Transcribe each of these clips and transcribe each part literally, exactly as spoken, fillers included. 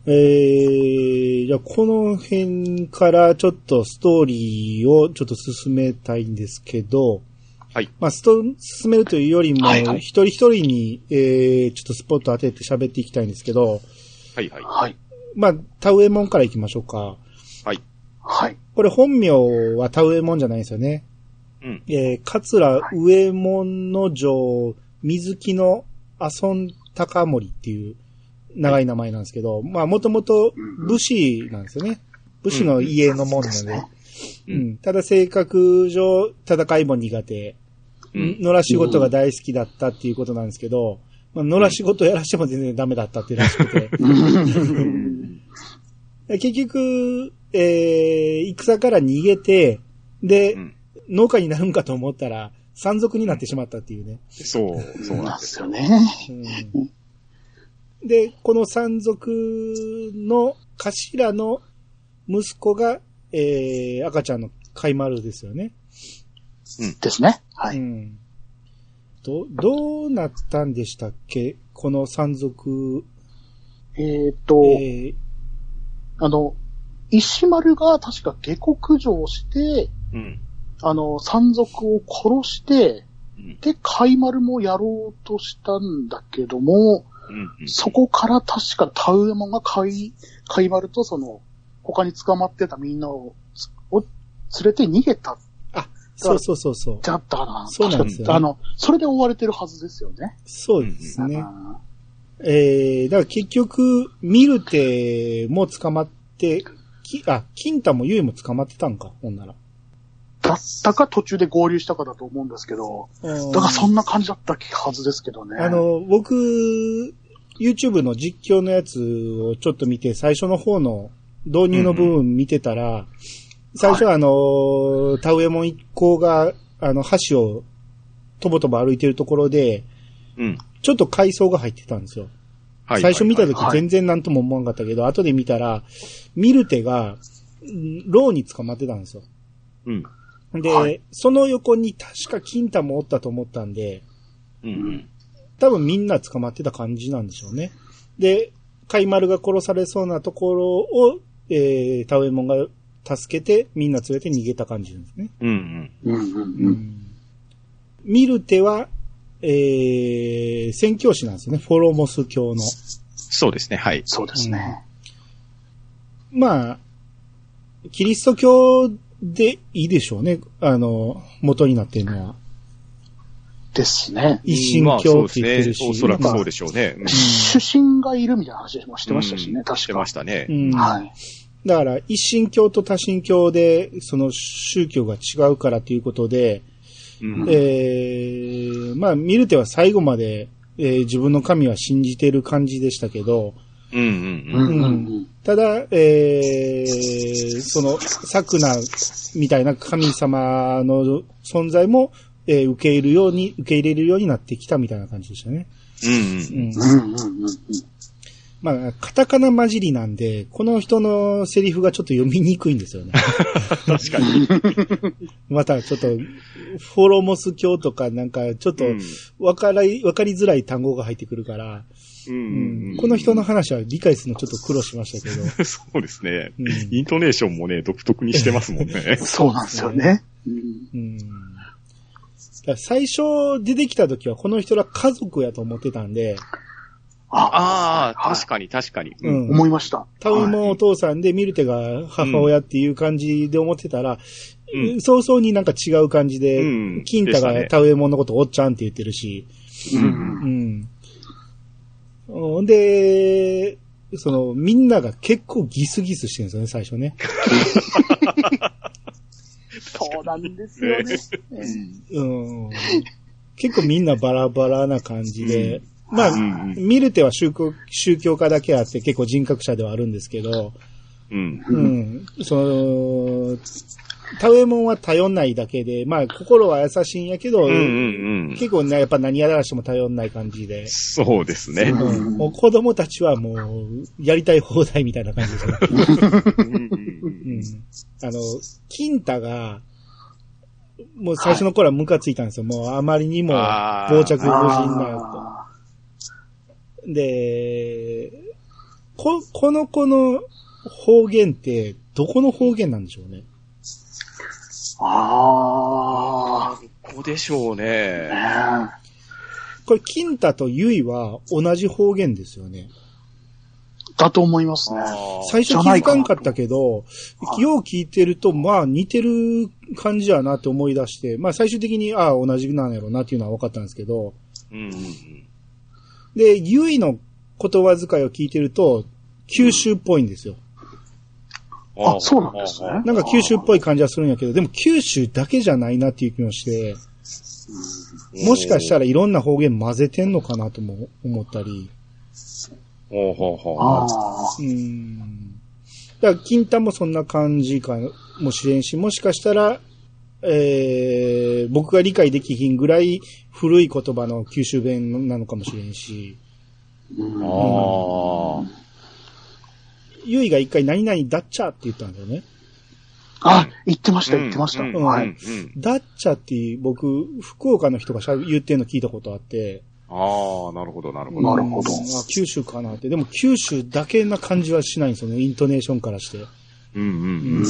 えー、じゃあこの辺からちょっとストーリーをちょっと進めたいんですけど、 はい。 まあ、スト、進めるというよりも、 はいはい、 一人一人に、えー、ちょっとスポット当てて喋っていきたいんですけど、 はいはい。 はい。 まあ、タウエモンから行きましょうか。 はい。 はい。 これ本名はタウエモンじゃないんですよね。 うん。 えー、桂上門の城、水木の阿孫高森っていう長い名前なんですけど、はい、まあ、もともと武士なんですよね。武士の家のもんなので。うんうん、ただ性格上、戦いも苦手。うん、野良仕事が大好きだったっていうことなんですけど、まあ、野良仕事やらしても全然ダメだったっていうらしくて。結局、えー、戦から逃げて、で、うん、農家になるんかと思ったら、山賊になってしまったっていうね。 そう、そうなんですよね。 うん、で、この山賊の頭の息子が、えー、赤ちゃんの海丸ですよね。 うん。ですね。はい。 うん。ど、どうなったんでしたっけこの山賊。 えっと、えー、あの、石丸が確か下克上して、うん、あの、山賊を殺して、うん、で、海丸もやろうとしたんだけども、うんうん、そこから確かタウエモンが海、海丸とその、他に捕まってたみんなを、を連れて逃げた。 あ、そうそうそうそう。 だったかな。 そうなんですよ、ね。 あの、それで追われてるはずですよね。 そうですね。えー、だから結局、ミルテも捕まって、き、あ、キンタもユイも捕まってたんか、ほんなら。 だったか途中で合流したかだと思うんですけど、だからそんな感じだったはずですけどね。 あの、僕、YouTube の実況のやつをちょっと見て、最初の方の導入の部分見てたら、うん、最初はあの、はい、タウエモン一行が、あの、橋をとぼとぼ歩いてるところで、うん、ちょっと階層が入ってたんですよ。はい、最初見たとき全然なんとも思わんかったけど、はい、後で見たら、ミルテが、牢に捕まってたんですよ。うん、で、はい、その横に確かキンタもおったと思ったんで、うんうん、多分みんな捕まってた感じなんでしょうね。で、カイマルが殺されそうなところを、えー、タウエモンが助けて、みんな連れて逃げた感じなんですね。うんうんうんうんうん、ミルテは、えー、宣教師なんですよね。フォロモス教の。 そうですね、はい。 そうですね。 うん、まあ、キリスト教でいいでしょうね。あの、元になっているのは。 ですね。 一神教って言ってるし。 まあ、おそらくそうでしょうね。 うん、主神がいるみたいな話もしてましたしね、うん、確か。 してましたね。 うん、はい。だから、一神教と多神教で、その宗教が違うからということで、うん、えー、まあ、ミルテは最後まで、えー、自分の神は信じている感じでしたけど、うんうんうんうん、ただ、えー、その、サクナみたいな神様の存在も、えー、受け入れるように、受け入れるようになってきたみたいな感じでしたね。うんうんうん、まあ、カタカナ混じりなんで、この人のセリフがちょっと読みにくいんですよね。 確かに。 またちょっと、フォロモス教とかなんかちょっとわからい、わかりづらい単語が入ってくるから、うんうん、この人の話は理解するのちょっと苦労しましたけど。 そうですね、うん。イントネーションもね、独特にしてますもんね。 そうなんですよね。 うん、だ最初出てきた時はこの人ら家族やと思ってたんで、 ああ、確かに確かに。 うん。思いました。 タウもお父さんでミルテが母親っていう感じで思ってたら、うん、早々になんか違う感じで、うん、キンタがタウエモンのことおっちゃんって言ってるし、うん。うん。で、その、みんなが結構ギスギスしてるんですよね、最初ね。 そうなんですよね。 うん。結構みんなバラバラな感じで、うんまあ、うんうん、ミルテは宗教、宗教家だけあって結構人格者ではあるんですけど、うん。うん。その、タウエモンは頼んないだけで、まあ、心は優しいんやけど、うんうんうん、結構ね、やっぱ何やらしても頼んない感じで。 そうですね。 うん、もう子供たちはもう、やりたい放題みたいな感じですね。うん、あの、キンタが、もう最初の頃はムカついたんですよ。はい、もうあまりにも傍着無人なと。で、 こ、この子の方言って、どこの方言なんでしょうね。 ああ。 どこでしょうね。 これ、金太とゆいは同じ方言ですよね。 だと思いますね。 最初気づかんかったけど、よう聞いてると、まあ似てる感じやなって思い出して、まあ最終的に、ああ、同じなんやろうなっていうのは分かったんですけど、 うんうんうん、 で、ゆいの言葉遣いを聞いてると、九州っぽいんですよ。 あ、そうなんですね。 なんか九州っぽい感じはするんやけど、でも九州だけじゃないなっていう気もして、もしかしたらいろんな方言混ぜてんのかなとも思ったり。 ほうほうほう。あうん。だから、金太もそんな感じかもしれんし、もしかしたら、えー、僕が理解できひんぐらい古い言葉の九州弁なのかもしれんし。 ああ。 ゆいが一回何々ダッチャーって言ったんだよね。 あ、言ってました、言ってました。 うん、はい。ダッチャーって僕、福岡の人がしゃ言ってんの聞いたことあって。 ああ、なるほど、なるほど。 なるほど。 あ、九州かなって。でも九州だけな感じはしないんですよね、イントネーションからして。 うんうんうん。うんうん、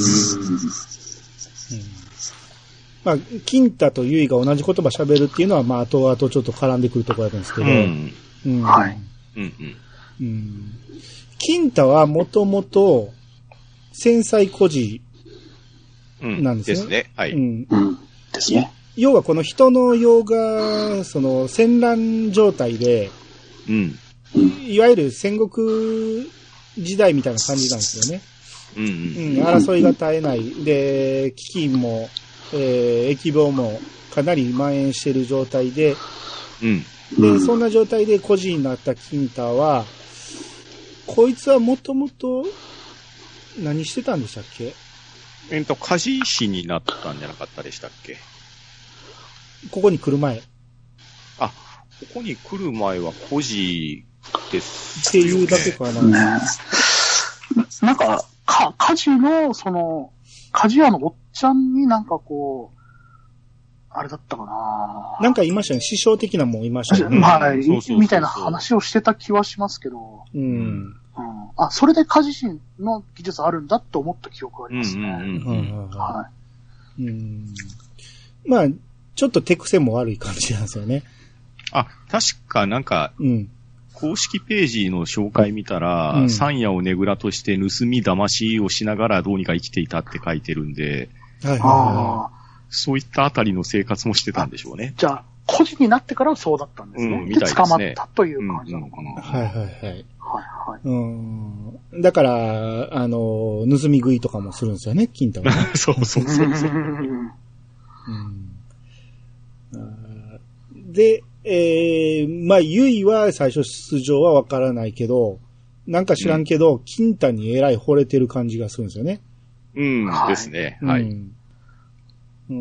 まあ、金太とゆいが同じ言葉喋るっていうのは、まあ、後々ちょっと絡んでくるところだったんですけど。うんうん、はい。 うんうん。 うん、金太はもともと、繊細孤児なんですね。 ですね。はい。 うん。ですね。 要はこの人の世が、その戦乱状態で、 うん。 いわゆる戦国時代みたいな感じなんですよね。 うんうん。うん、 争いが絶えない。で、飢饉も、えー、疫病もかなり蔓延している状態で、 うん。 で、そんな状態で孤児になった金太は、こいつはもともと何してたんでしたっけ？ えっと、鍛冶師になったんじゃなかったでしたっけ？ ここに来る前。 あ、ここに来る前は孤児ですっていうだけかな。 ね、なんか、か、家事の、その、鍛冶屋のおっちゃんになんかこう、あれだったかな。 なんか言いましたね。師匠的なもんいましたよね。 まあ、みたいな話をしてた気はしますけど。 うん。うん、 あ、それで鍛冶師の技術あるんだって思った記憶がありますね。 はい。うん。まあ、ちょっと手癖も悪い感じなんですよね。 あ、確かなんか、うん、公式ページの紹介見たら、うん、山野をねぐらとして盗み騙しをしながらどうにか生きていたって書いてるんで、 はいはいはい、 そういったあたりの生活もしてたんでしょうね。 じゃあ、孤児になってからそうだったんですね。うん、みたいですね。捕まったという感じなのかな。うん、 はいはいはい。 はいはい。 うん。だから、あの、盗み食いとかもするんですよね、金太は、ね。 そうそうそうそう。 うんで、えー、まあ、ゆいは最初出場はわからないけど、なんか知らんけど、うん、金太にえらい惚れてる感じがするんですよね。 うん、はい、ですね。はい。 うんうん、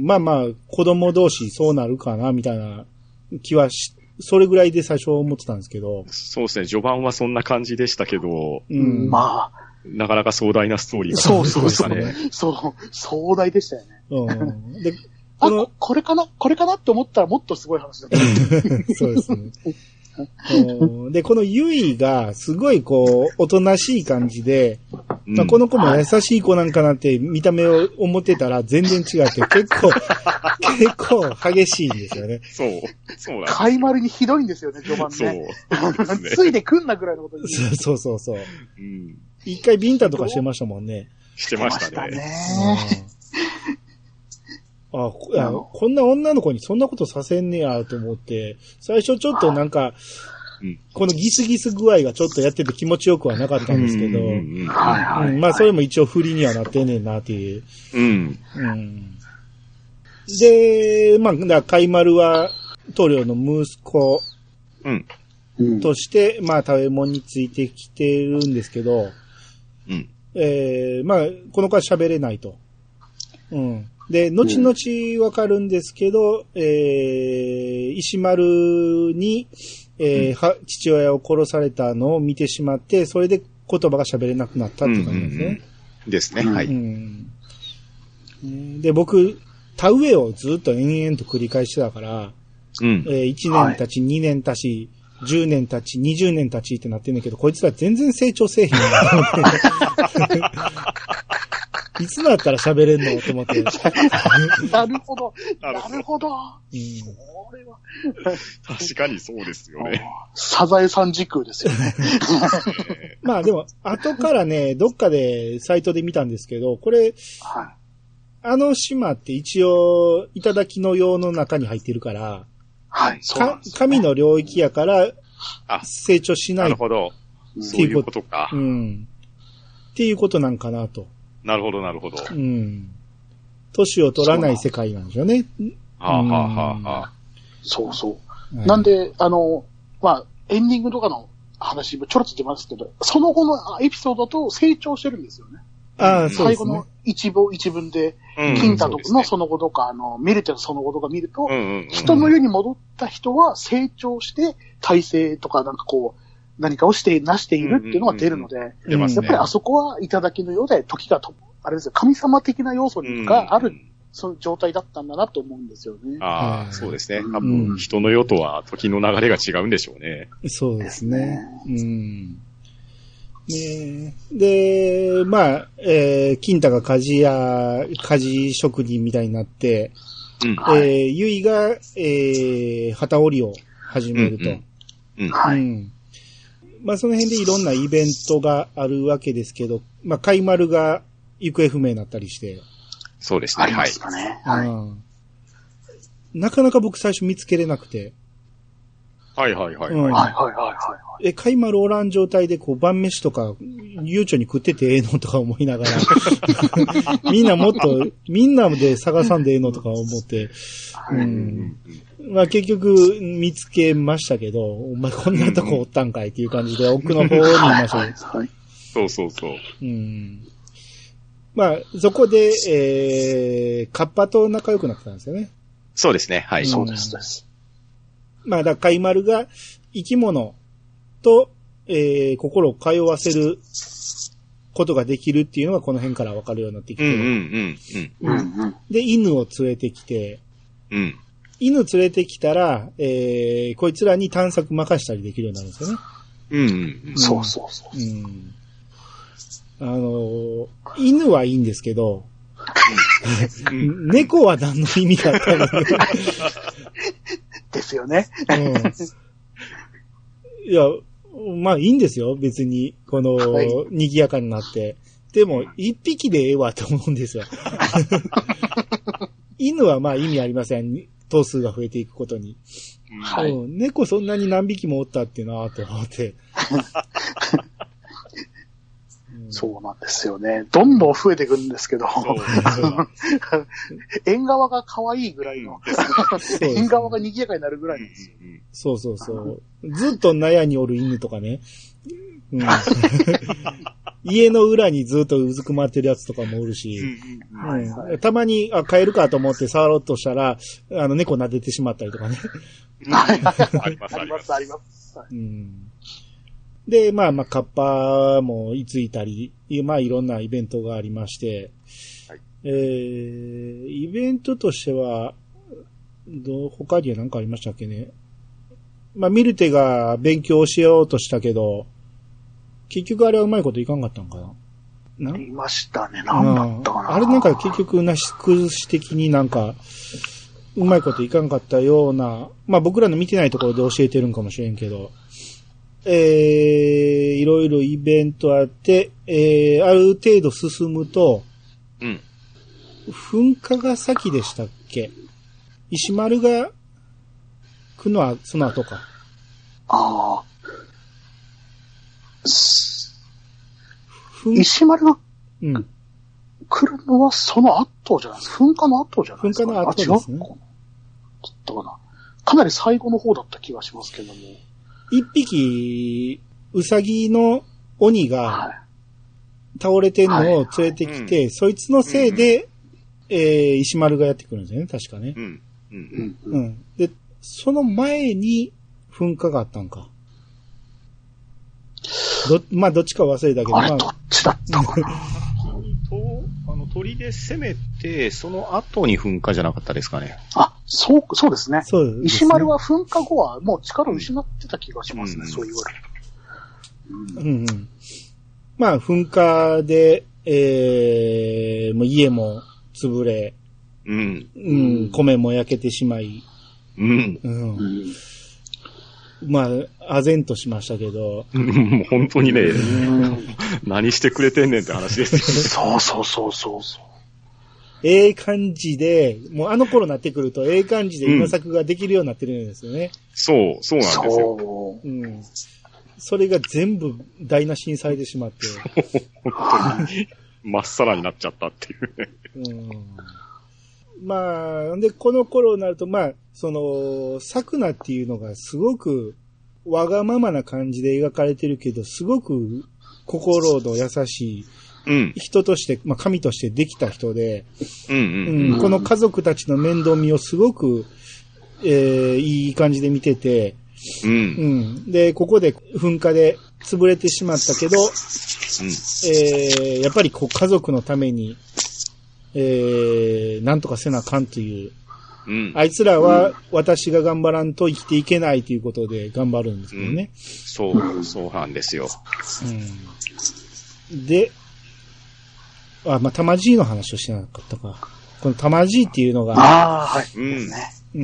まあまあ、子供同士そうなるかな、みたいな気はし、それぐらいで最初思ってたんですけど。 そうですね、序盤はそんな感じでしたけど、 うん、まあ、 なかなか壮大なストーリーが、 ね。そうそうそう。そう、壮大でしたよね。 うん、でこのあ、これかなこれかなって思ったらもっとすごい話だった。 そうですね。で、このゆいがすごいこう、おとなしい感じで、うんまあ、この子も優しい子なんかなって見た目を思ってたら全然違って結構、結構激しいんですよね。 そう。そうなんです。 貝丸にひどいんですよね、序盤ね。そう。ついでくんなぐらいのこと言う。 そうそうそう。うん、一回ビンタとかしてましたもんね。 してましたね。 あいやこんな女の子にそんなことさせんねやと思って、最初ちょっとなんか、うん、このギスギス具合がちょっとやってて気持ちよくはなかったんですけど、まあそれも一応振りにはなってんねんなっていう。うんうん、で、まあ、だ海丸は棟梁の息子として、うん、まあ、タウェモンについてきてるんですけど、うんえー、まあ、この子は喋れないと。うんで、後々わかるんですけど、うん、えー、石丸に、えーうん、父親を殺されたのを見てしまって、それで言葉が喋れなくなったっていう感じですね。うんうんうん、ですね、はい、うん。で、僕、田植えをずっと延々と繰り返してたから、うんえー、いちねんたち、はい、にねんたち、 じゅうねん経ち、にじゅうねん経ちってなってんだけど、こいつら全然成長せえへんいつなったら喋れんのと思って。 なるほど。なるほど。うん、 これは確かにそうですよね。 サザエさん時空ですよね。 まあでも、後からね、どっかでサイトで見たんですけど、これ、はい、あの島って一応、頂の用の中に入ってるから、 はい、そうなんですね、 神の領域やから、成長しない。 なるほど。そういうことか。 うん。っていうことなんかなと。 なるほど、なるほど。 うん。年を取らない世界なんでしょうね。 はあ、はあはあはあ、 そうそう。はい、なんで、あの、まあ、エンディングとかの話もちょろっと出ますけど、その後のエピソードと成長してるんですよね。 ああ、そうですね。 最後の一部、一文で、金太のその後とか、あの、ミルテのその後とか見ると、うんうんうん、人の世に戻った人は成長して、体制とかなんかこう、何かをして、なしているっていうのが出るので、うんうんうん、やっぱりあそこは頂のようで、時がと、あれですよ、神様的な要素がある、うんうん、その状態だったんだなと思うんですよね。 ああ、そうですね。多分、人の世とは時の流れが違うんでしょうね。 そうですね。うん。ねで、まあ、えー、金太が鍛冶屋、鍛冶職人みたいになって、うん、えー、ゆいが、えー、旗織りを始めると。うんうんうんはい、まあ、その辺でいろんなイベントがあるわけですけど、まあ、海丸が行方不明になったりして。 そうですね。 ありますかね。はい。 なかなか僕最初見つけれなくて。 はいはいはい、はい。 うん、はいはいはいはい。 え、海丸おらん状態でこう晩飯とか悠長に食っててええのとか思いながら。みんなもっと、みんなで探さんでええのとか思って。うん。まあ結局見つけましたけど、お前こんなとこおったんかいっていう感じで奥の方にいましたね。はい。 そうそうそう。 うん。まあそこで、えー、カッパと仲良くなってたんですよね。 そうですね。はい。 うん、そうですです。 まあだから海丸が生き物と、えー、心を通わせることができるっていうのがこの辺から分かるようになってきて。うんうんうん。うん。で、犬を連れてきて、うん。犬連れてきたら、えー、こいつらに探索任したりできるようになるんですよね。 うん、うん。そうそうそう。うん。 あのー、犬はいいんですけど、うん、猫は何の意味があったのですよね。 うん。いや、まあいいんですよ。別に、この、はい、賑やかになって。でも、一匹でええわと思うんですよ。犬はまあ意味ありません。頭数が増えていくことに。はい、うん。猫そんなに何匹もおったってなぁと思って。 そうなんですよね。どんどん増えていくんですけど、縁側が可愛いぐらいの、縁側が賑やかになるぐらいなんですよ。 そうそうそう。ずっと納屋におる犬とかね。うん、家の裏にずっとうずくまってるやつとかもおるし、うん、たまに、あ、飼えるかと思って触ろうとしたら、あの、猫撫でてしまったりとかね。 あります、あります、あります。 うん、で、まあまあ、カッパもいついたり、まあいろんなイベントがありまして、はい、えー、イベントとしては、どう、他には何かありましたっけね。まあ、ミルテが勉強をしようとしたけど、結局あれはうまいこといかんかったんかな。 なりましたね。なんだったかな。 あれなんか結局なし崩し的になんか、うまいこといかんかったような、まあ僕らの見てないところで教えてるんかもしれんけど、えー、いろいろイベントあって、えー、ある程度進むと、うん。噴火が先でしたっけ？石丸が来るのはその後か。 ああ。石丸が、うん、来るのはその後じゃないですか。噴火の後じゃないですか。 噴火の後ですね。あ、違うかな。 ちょっとかな。かなり最後の方だった気がしますけども。 一匹、うさぎの鬼が倒れてんのを連れてきて、はいはい、そいつのせいで、うん、えー、石丸がやってくるんですよね、確かね。うんうんうんうん、で、その前に噴火があったんか。ど、まあ、どっちか忘れたけど。 あれ、まあ、どっちだったかな。 と、あの、鳥で攻めて、その後に噴火じゃなかったですかね。 あ、 そう、そうですね。 そうですね。 石丸は噴火後はもう力を失ってた気がしますね、うん、そう言われる。 うんうん。まあ、噴火で、えー、もう家も潰れ、 うん。 うん、米も焼けてしまい、 うん。 うん。うん、まあ、唖然としましたけど。 もう本当にね、何してくれてんねんって話ですよ。そうそうそうそうそう。 ええ感じで、もうあの頃になってくると、ええ感じで稲作ができるようになってるんですよね。 うん、そう、そうなんですよ。 うん。それが全部台無しにされてしまって。 本当に、まっさらになっちゃったっていうね。 うん。まあ、で、この頃になると、まあ、その、桜っていうのがすごくわがままな感じで描かれてるけど、すごく心の優しい人として、うん、まあ神としてできた人で、 うんうんうん、この家族たちの面倒見をすごく、えー、いい感じで見てて、 うん。うん。 で、ここで噴火で潰れてしまったけど、うん、えー、やっぱりこう家族のために、えー、なんとかせなあかんという、うん、あいつらは私が頑張らんと生きていけないということで頑張るんですけどね。 うん、そう、そうなんですよ。 うん、で、あ、まあ、タマジーの話をしてなかったか。このタマジーっていうのが、 ああ、はい。うん。 うん。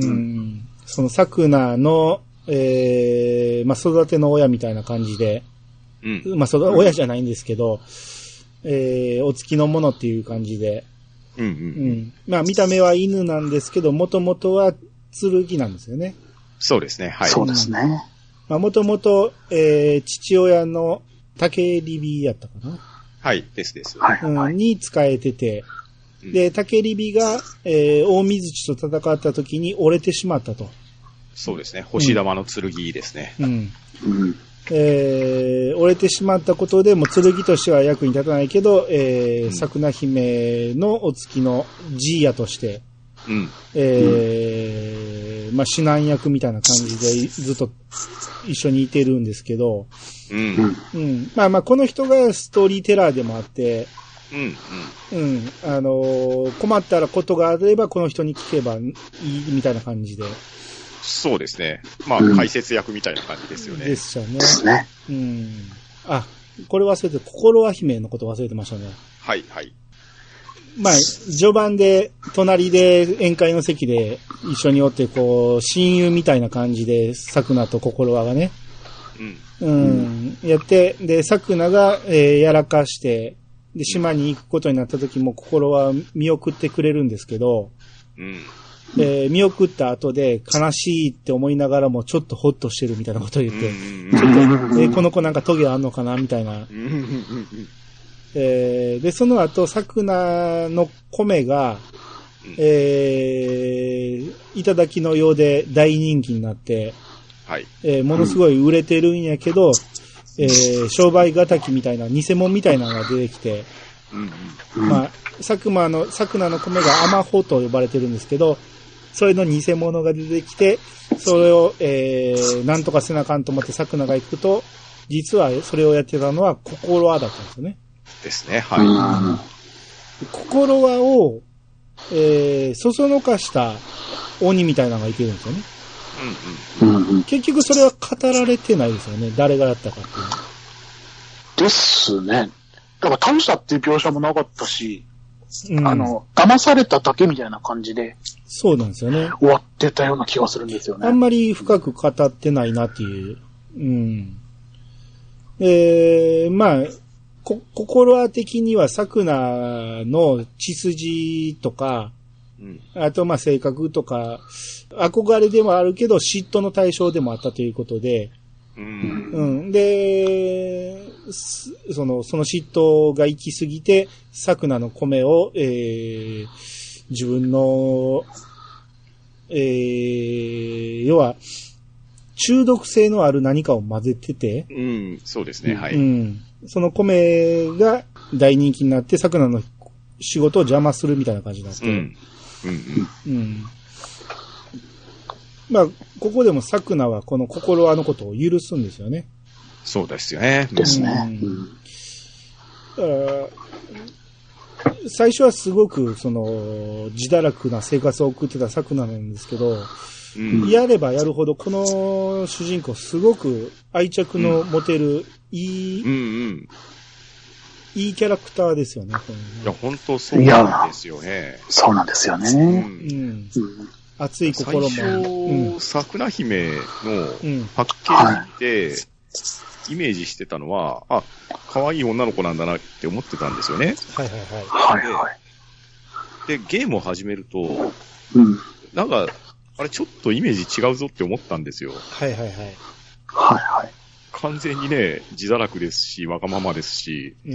そのサクナの、えー、まあ、育ての親みたいな感じで、うん、まあ、その親じゃないんですけど、えー、お付きの者っていう感じで、 うんうんうん、 まあ、見た目は犬なんですけど、もともとは剣なんですよね。 そうですね、はい。 そうですね。 まあ、もともと、えー、父親の竹リビやったかな。 はい、ですです。 はい、うん。に使えてて、で、竹リビが、えー、大水地と戦った時に折れてしまったと。 そうですね。星玉の剣ですね。 うん。うんえー、折れてしまったことでもう剣としては役に立たないけど、えー、うん、桜姫のお付きのジーヤとして、 うん、 えー、まあ、指南役みたいな感じでずっと一緒にいてるんですけど、 うん。 うん。まあまあ、この人がストーリーテラーでもあって、 うん、 うん。うん。あのー、困ったらことがあればこの人に聞けばいいみたいな感じで。 そうですね。まあ、解説役みたいな感じですよね。 でしたね。 ですね。 うん。あ、これ忘れて、心は姫のこと忘れてましたね。 はい、はい。 まあ、序盤で、隣で宴会の席で一緒におって、こう、親友みたいな感じで、桜と心はがね。 うん。 うん。やって、で、桜が、えー、やらかして、で、島に行くことになった時も心は見送ってくれるんですけど、 うん。 えー、見送った後で悲しいって思いながらもちょっとホッとしてるみたいなことを言って、ちょっと、えー、この子なんかトゲあんのかなみたいな。えー、で、その後、桜の米が、えー、いただきのようで大人気になって、 はい。 えー、ものすごい売れてるんやけど、えー、商売敵みたいな、偽物みたいなのが出てきて、まあ、佐久間の、佐久間の米が甘穂と呼ばれてるんですけど、それの偽物が出てきて、それを、えー、なんとかせなあかんと思って佐久間が行くと、実はそれをやってたのは心輪だったんですよね。 ですね、はい。 心輪を、えー、そそのかした鬼みたいなのがいてるんですよね。 うんうん、 結局それは語られてないですよね。誰がやったかっていうの。 ですね。だから倒したっていう描写もなかったし、うん、あの、騙されただけみたいな感じで。 そうなんですよね。 終わってたような気がするんですよね。 あんまり深く語ってないなっていう。うん。えー、まあ、こ、心は的には桜の血筋とか、うん、あとまあ性格とか、憧れでもあるけど嫉妬の対象でもあったということで、 うん。 うん。で、その、その嫉妬が行き過ぎて、桜の米を、えー、自分の、えー、要は、中毒性のある何かを混ぜてて、 うん、そうですね、はい。 うん。その米が大人気になって、桜の仕事を邪魔するみたいな感じになって、 うん。うん、 うん。うんまあ、ここでもサクナはこの心輪のことを許すんですよね。 そうですよね。 ですね。 うん、だから最初はすごく、その、自堕落な生活を送ってた作名なんですけど、うん、やればやるほど、この主人公、すごく愛着の持てる、いい、うんうん、いいキャラクターですよね。 いや、本当そうなんですよね。 そうなんですよね。うんうん熱い心も。 最初、桜、うん、姫のパッケージで、イメージしてたのは、あ、可愛い女の子なんだなって思ってたんですよね。 はいはいはい。はいはい。 で、ゲームを始めると、 うん、 なんか、あれちょっとイメージ違うぞって思ったんですよ。 はいはいはい。 はいはい。 完全にね、自堕落ですし、わがままですし、 うん、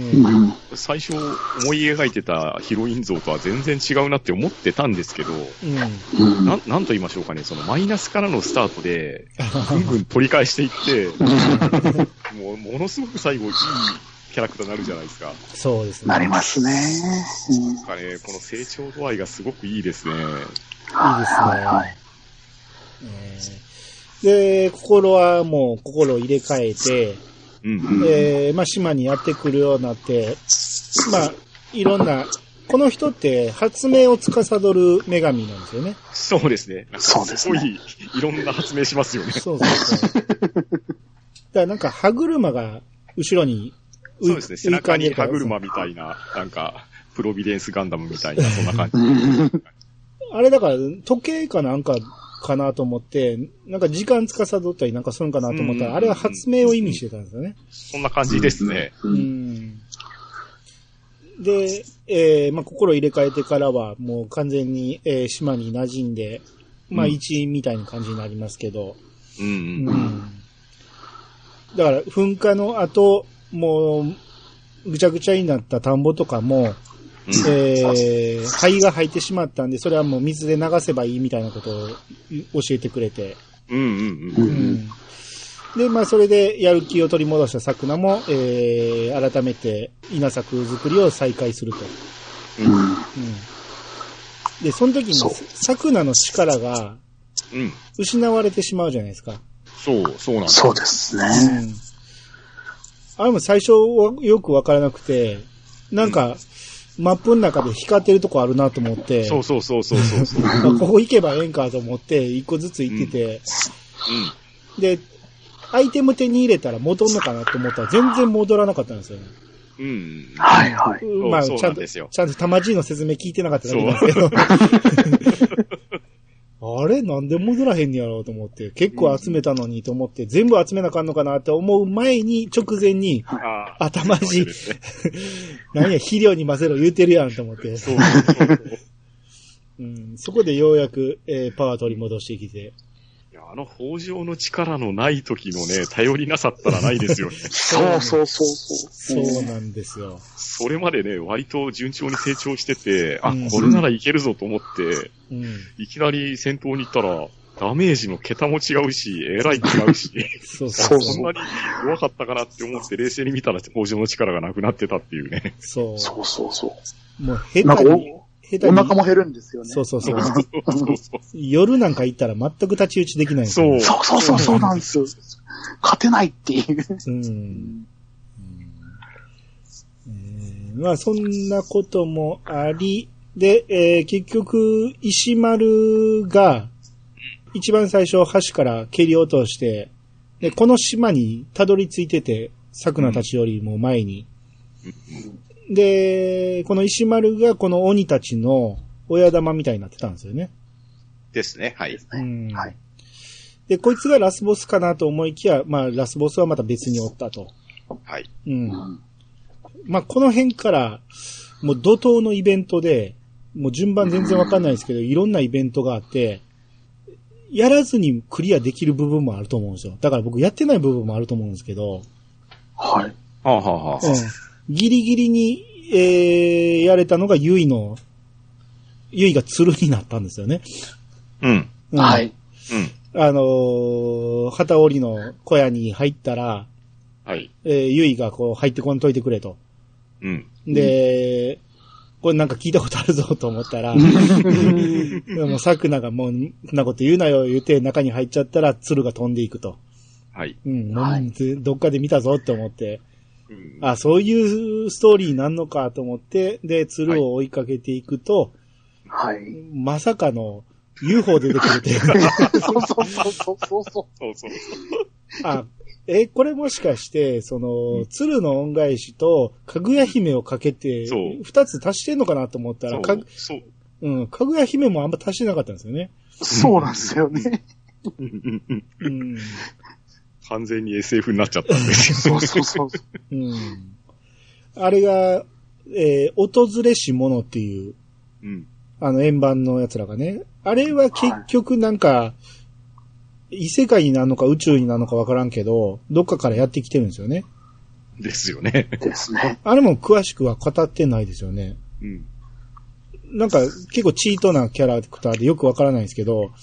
最初思い描いてたヒロイン像とは全然違うなって思ってたんですけど、 うん、 な, なんと言いましょうかね、そのマイナスからのスタートで、ぐんぐん取り返していって、もうものすごく最後いいキャラクターになるじゃないですか。 そうですね。 なりますね。 なんかね、この成長度合いがすごくいいですね。いいですね。 はいはい。 えーで、心はもう心を入れ替えて、 うんうんえー、まあ島にやってくるようになって、まあ、いろんな、この人って発明を司る女神なんですよね。 そうですね。 そうですね。 すごい、いろんな発明しますよね。 そうそうそう。だからなんか歯車が後ろに浮い、そうですね。背中に歯車みたいな、なんか、プロビデンスガンダムみたいな、そんな感じ。 あれだから、時計かなんか、かなと思って、なんか時間司ったりなんかするんかなと思ったら、あれは発明を意味してたんですよね。 そんな感じですね。 うん。で、えー、まあ、心入れ替えてからはもう完全に、えー、島に馴染んで、まあ、一員みたいな感じになりますけど。 うん。うんうんだから、噴火の後、もう、ぐちゃぐちゃになった田んぼとかも、えー、灰が入ってしまったんで、それはもう水で流せばいいみたいなことを教えてくれて。 うんうんうん。うん、 で、まあそれでやる気を取り戻した桜も、えー、改めて稲作作りを再開すると。 うん。うん、 で、その時に桜の力が、失われてしまうじゃないですか。 そう、そうなんです。 そうですね。うん、 あれも最初はよくわからなくて、なんか、うんマップの中で光ってるとこあるなと思って。 そうそうそうそうそうそう。 ここ行けばええんかと思って、一個ずつ行ってて、うんうん。で、アイテム手に入れたら戻るのかなと思ったら全然戻らなかったんですよね。 うん。 はいはい。 まあ、ちゃんと、ちゃんと玉爺の説明聞いてなかっただけなんですけど。あれなんで戻らへんねやろうと思って、結構集めたのにと思って、うん、全部集めなあかんのかなって思う前に、直前に、頭地、何や、肥料に混ぜろ言うてるやんと思って。そうそうそううん、そこでようやく、えー、パワー取り戻してきて。 いや、あの北条の力のない時のね、頼りなさったらないですよね。 そうそうそうそう。そうなんですよ。 それまでね、割と順調に成長してて、あ、うん、これならいけるぞと思って、うん、いきなり戦闘に行ったら、ダメージの桁も違うし、えらい違うし、 そうそうそんなに弱かったかなって思って冷静に見たら北条の力がなくなってたっていうね。 そう。 そうそうそう。 もう下手に。 お腹も減るんですよね。 そうそうそう。夜なんか行ったら全く太刀打ちできないんですよ、 ね。そうそうそうそうなんですよ。勝てないっていう。うん。 うんえー、まあそんなこともあり、で、えー、結局、石丸が一番最初橋から蹴り落として、で、この島にたどり着いてて、桜たちよりも前に。で、この石丸がこの鬼たちの親玉みたいになってたんですよね。 ですね、はい。 うん、 はい。 で、こいつがラスボスかなと思いきや、まあ、ラスボスはまた別におったと。 はい。 うん。まあ、この辺から、もう怒涛のイベントで、もう順番全然わかんないですけど、いろんなイベントがあって、やらずにクリアできる部分もあると思うんですよ。だから僕やってない部分もあると思うんですけど。 はい。 はあ、はあはあ、 うんギリギリに、えー、やれたのがユイの、ユイが鶴になったんですよね。 うん。 うん、 はい。 うん。 あのー、旗織りの小屋に入ったら、 はい。 えー、ユイがこう入ってこんといてくれと。 うん。 で、これなんか聞いたことあるぞと思ったら、でもサクナがもう、そんなこと言うなよ言って中に入っちゃったら鶴が飛んでいくと。 はい。 うん。はい、どっかで見たぞって思って。 あ、そういうストーリーになるのかと思って、で、鶴を追いかけていくと、 はい。 まさかの ユーフォー 出てくるって。 そうそうそうそうそうそう。そうそうあ、え、これもしかして、その、うん、鶴の恩返しと、かぐや姫をかけて、二つ足してんのかなと思ったら、かそう。うん、かぐや姫もあんま足してなかったんですよね。 そうなんですよね。 うん、完全に エスエフ になっちゃったんですよ。 そうそうそう。 うん。あれが、えー、訪れし者っていう、うん、あの円盤のやつらがね、あれは結局なんか、はい、異世界になるのか宇宙になるのかわからんけど、どっかからやってきてるんですよね。 ですよね。 ですね。 あれも詳しくは語ってないですよね。うん。なんか結構チートなキャラクターでよくわからないんですけど、うん、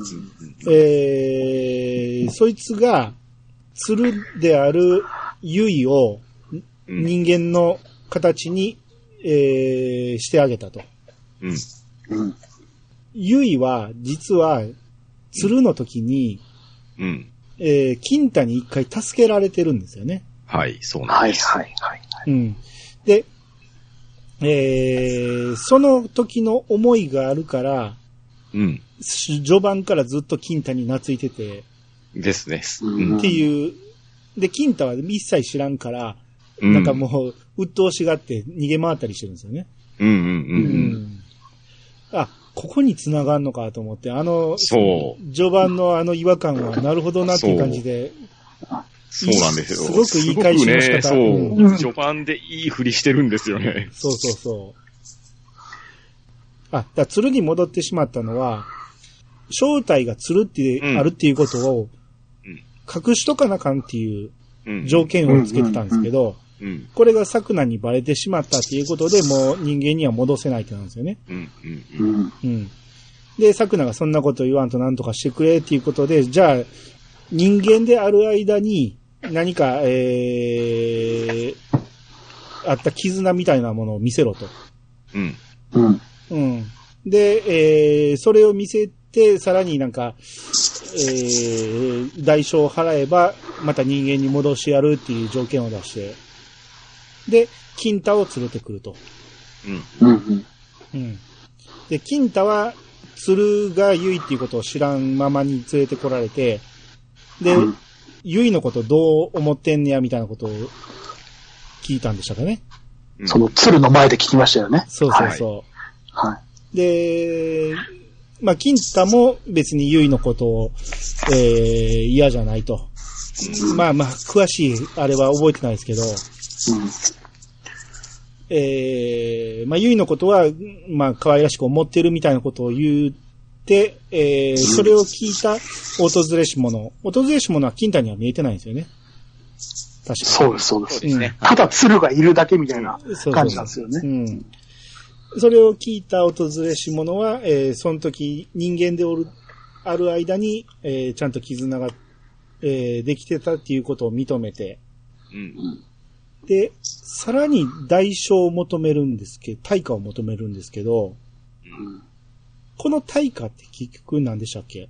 えー、そいつが鶴であるユイを人間の形に、えー、してあげたと。うん。ユイは実は鶴の時に、うん、えー、金太に一回助けられてるんですよね。 はい、そうなんです。 はいはいはい、はい。 うん。で、えー、その時の思いがあるから、うん。序盤からずっと金太に懐いてて。 ですね。 うん。っていう。で、金太は一切知らんから、うん、なんかもう、鬱陶しがって逃げ回ったりしてるんですよね。 うんうんうん。うん、 あ、ここに繋がんのかと思って、あの、 そう。 序盤のあの違和感はなるほどなっていう感じで。 そうなんですよ。 すごくいい回収の仕方。 ね、そう、うん。序盤でいい振りしてるんですよね。 そうそうそう。あ、だ鶴に戻ってしまったのは、正体が鶴ってあるっていうことを、隠しとかなあかんっていう条件をつけてたんですけど、これがサクナにバレてしまったっていうことで、もう人間には戻せないってなんですよね。うんうんうん、で、サクナがそんなこと言わんとなんとかしてくれっていうことで、じゃあ、人間である間に、何か、えー、あった絆みたいなものを見せろと。うん。うん。うん。で、えー、それを見せて、さらになんか、えー、代償を払えば、また人間に戻しやるっていう条件を出して、で、金太を連れてくると。うん。うん。うん。で、金太は、鶴がユイっていうことを知らんままに連れてこられて、で、うん、ユイのことどう思ってんねやみたいなことを聞いたんでしたかね。 その鶴の前で聞きましたよね。 そうそうそう。はい。はい、で、まあ、金太も別にユイのことを、えー、嫌じゃないと。うん、まあまあ、詳しいあれは覚えてないですけど、うん、えー、まあ、ユイのことは、まあ、可愛らしく思ってるみたいなことを言うで、えー、それを聞いた訪れし者。訪れし者は金太には見えてないんですよね。確かに。 そうです、そうです。うん、ただ鶴がいるだけみたいな感じなんですよね。 そうそうそう、うん。それを聞いた訪れし者は、えー、その時人間でおる、ある間に、えー、ちゃんと絆が、えー、できてたっていうことを認めて、うん、で、さらに代償を求めるんですけど、対価を求めるんですけど、うんこの対価って結局何でしたっけ？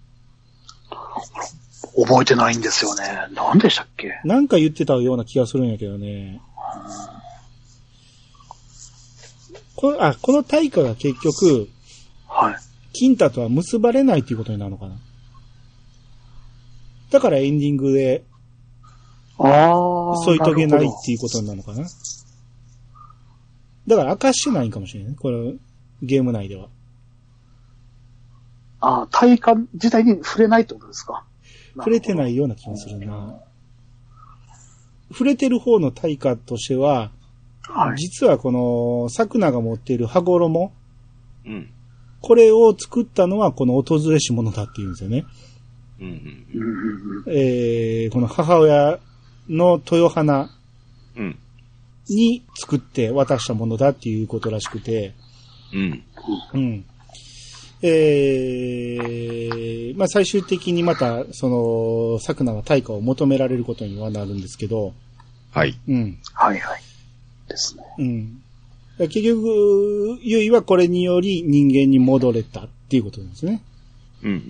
覚えてないんですよね。何でしたっけ？ なんか言ってたような気がするんやけどね。この、あ、この対価が結局、はい。金太とは結ばれないっていうことになるのかな。だからエンディングで、ああ。添い遂げないっていうことになるのかな。だから明かしてないんかもしれない。このゲーム内では。 ああ、対価自体に触れないってことですか？ 触れてないような気がするな。触れてる方の対価としては、はい、実はこの、サクナが持っている羽衣、うん、これを作ったのはこの訪れし者だっていうんですよね。うんうんえー、この母親の豊花に作って渡したものだっていうことらしくて、うんうんえー、まあ最終的にまた、その、サクナは対価を求められることにはなるんですけど。 はい。 うん。はいはい。ですね。 うん。結局、ユイはこれにより人間に戻れたっていうことなんですね。うん。うん。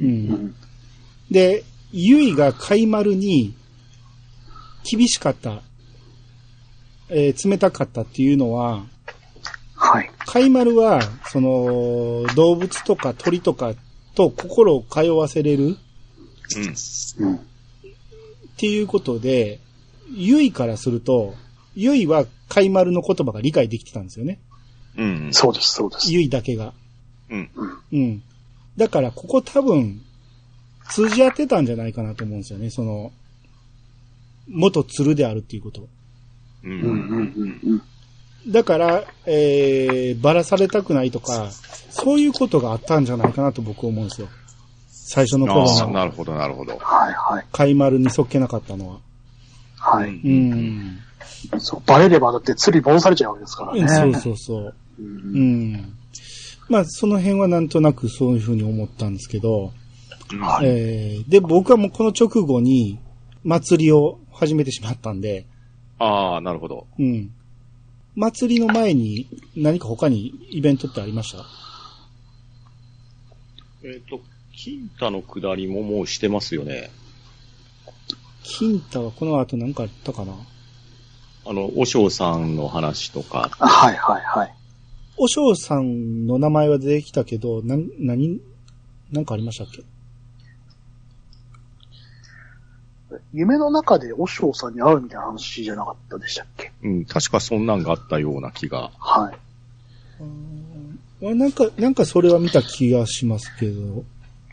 で、ユイがカイマルに厳しかったえー、冷たかったっていうのは、 はい。 貝丸は、その、動物とか鳥とかと心を通わせれる。 うん。うん。 っていうことで、ゆいからすると、ゆいは貝丸の言葉が理解できてたんですよね。 うん。そうです、そうです。 ゆいだけが。 うん。 うん。だから、ここ多分、通じ合ってたんじゃないかなと思うんですよね。その、元鶴であるっていうこと。 うん。うん。うん。 だから、えー、ばらされたくないとか、そういうことがあったんじゃないかなと僕は思うんですよ。最初の頃の。 ああ、なるほど、なるほど。 はいはい。 貝丸にそっけなかったのは。 はい。 うん。 そう、バレればだって釣り戻されちゃうわけですからね。 そうそうそう。うん。うん、まあ、その辺はなんとなくそういうふうに思ったんですけど、 はい、 えー、で、僕はもうこの直後に祭りを始めてしまったんで。 ああ、なるほど。 うん。祭りの前に何か他にイベントってありました？ えっと、金太の下りももうしてますよね。 金太はこの後何かあったかな？ あの、お尚さんの話とか。 はいはいはい。 お尚さんの名前は出てきたけど、な、何、何かありましたっけ？ 夢の中でお尚さんに会うみたいな話じゃなかったでしたっけ？ うん、確かそんなんがあったような気が。 はい。 うん、なんか、なんかそれは見た気がしますけど。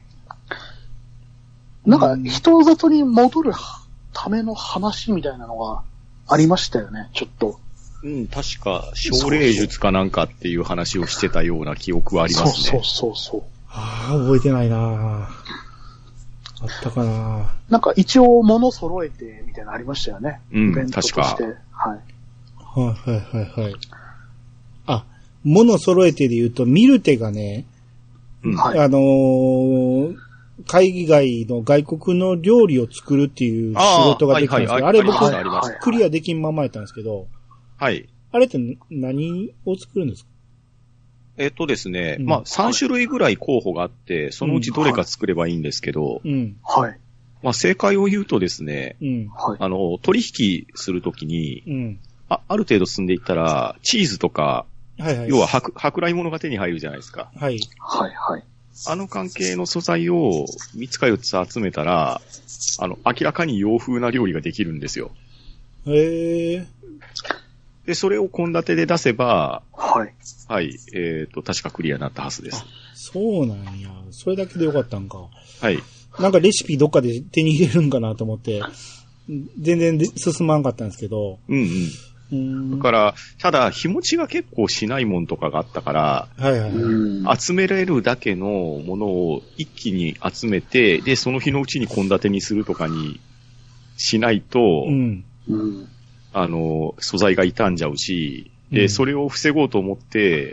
なんか、人里に戻るための話みたいなのがありましたよね、ちょっと。 うん、確か、奨励術かなんかっていう話をしてたような記憶はありますね。 そうそうそうそう。 ああ、覚えてないなあったかな。 なんか一応物揃えてみたいなのありましたよね。 うん、 イベントとして。 確か。 はい。 はいはいはいはい。あ、物揃えてで言うと、ミルテがね、 うん、 あのー、会議外の外国の料理を作るっていう仕事ができたんですけど、あ,、はいはい、あれ僕、クリアできんままやったんですけど、 はい。 あれって何を作るんですか？ えっとですね、うん、まあ、さん種類ぐらい候補があって、そのうちどれか作ればいいんですけど、 うん。 はい。 まあ、正解を言うとですね、 うん。 はい。 あの、取引するときに、 うん。 あ、ある程度進んでいったら、チーズとか、 はいはい。 要は白、白来物が手に入るじゃないですか。 はい。 はいはい。 あの関係の素材をみっつかよっつ集めたら、あの、明らかに洋風な料理ができるんですよ。 へえ。 で、それを献立で出せば、 はい。 はい、えっと、確かクリアになったはずです。 そうなんや。それだけでよかったんか。 はい。 なんかレシピどっかで手に入れるんかなと思って、全然進まんかったんですけど。 うんうん。だから、ただ、日持ちが結構しないもんとかがあったから、 はいはいはい、 集められるだけのものを一気に集めて、で、その日のうちに献立にするとかにしないと、 うんうん、 あの、素材が傷んじゃうし、で、うん、それを防ごうと思って、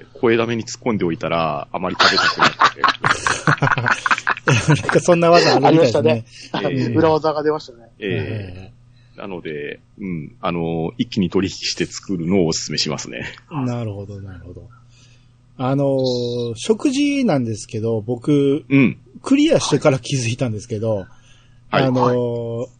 声だめに突っ込んでおいたら、あまり食べたくなくて。 なんかそんな技あるみたいですね。 ありましたね。えー、裏技が出ましたね。 えーなので、うん、あの、一気に取引して作るのをお勧めしますね。 なるほど、なるほど。あの、食事なんですけど、僕、 うん、 クリアしてから気づいたんですけど、はい、あの、はい、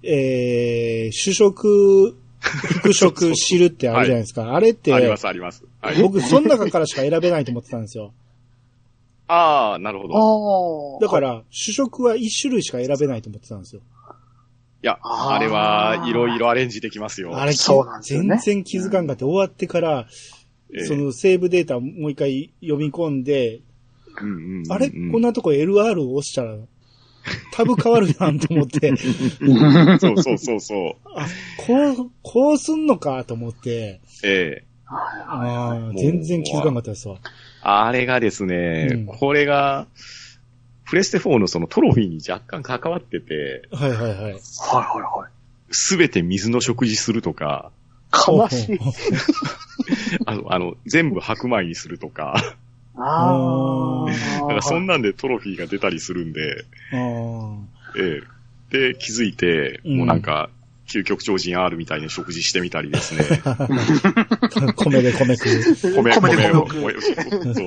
えー、主食、副食、汁ってあるじゃないですか。はい、あれって、 あります、あります。 はい、僕、その中からしか選べないと思ってたんですよ。 ああ、なるほど。 だから、主食は一種類しか選べないと思ってたんですよ。 いや、あ, あれはいろいろアレンジできますよ。 あれそうなんですよ、ね、全然気づかんかって、うん、終わってから、えー、そのセーブデータもう一回読み込んで、 うんうんうんうん、 あれこんなとこ エルアール を押したら、タブ変わるやんと思って。 そうそうそうそう。 あ、こう、こうすんのかと思って。 ええー。あ全然気づかんかったですわ。 あれがですね、うん、これが、プレステフォーのそのトロフィーに若干関わってて。 はいはいはい。はいはいはい。 すべて水の食事するとか。 悲しい。 あの、あの、全部白米にするとか。 ああ。 だからそんなんでトロフィーが出たりするんで。 あええ。で、気づいて、うん、もうなんか、究極超人 R みたいに食事してみたりですね。 米で米食う。 米、米で米を。そう。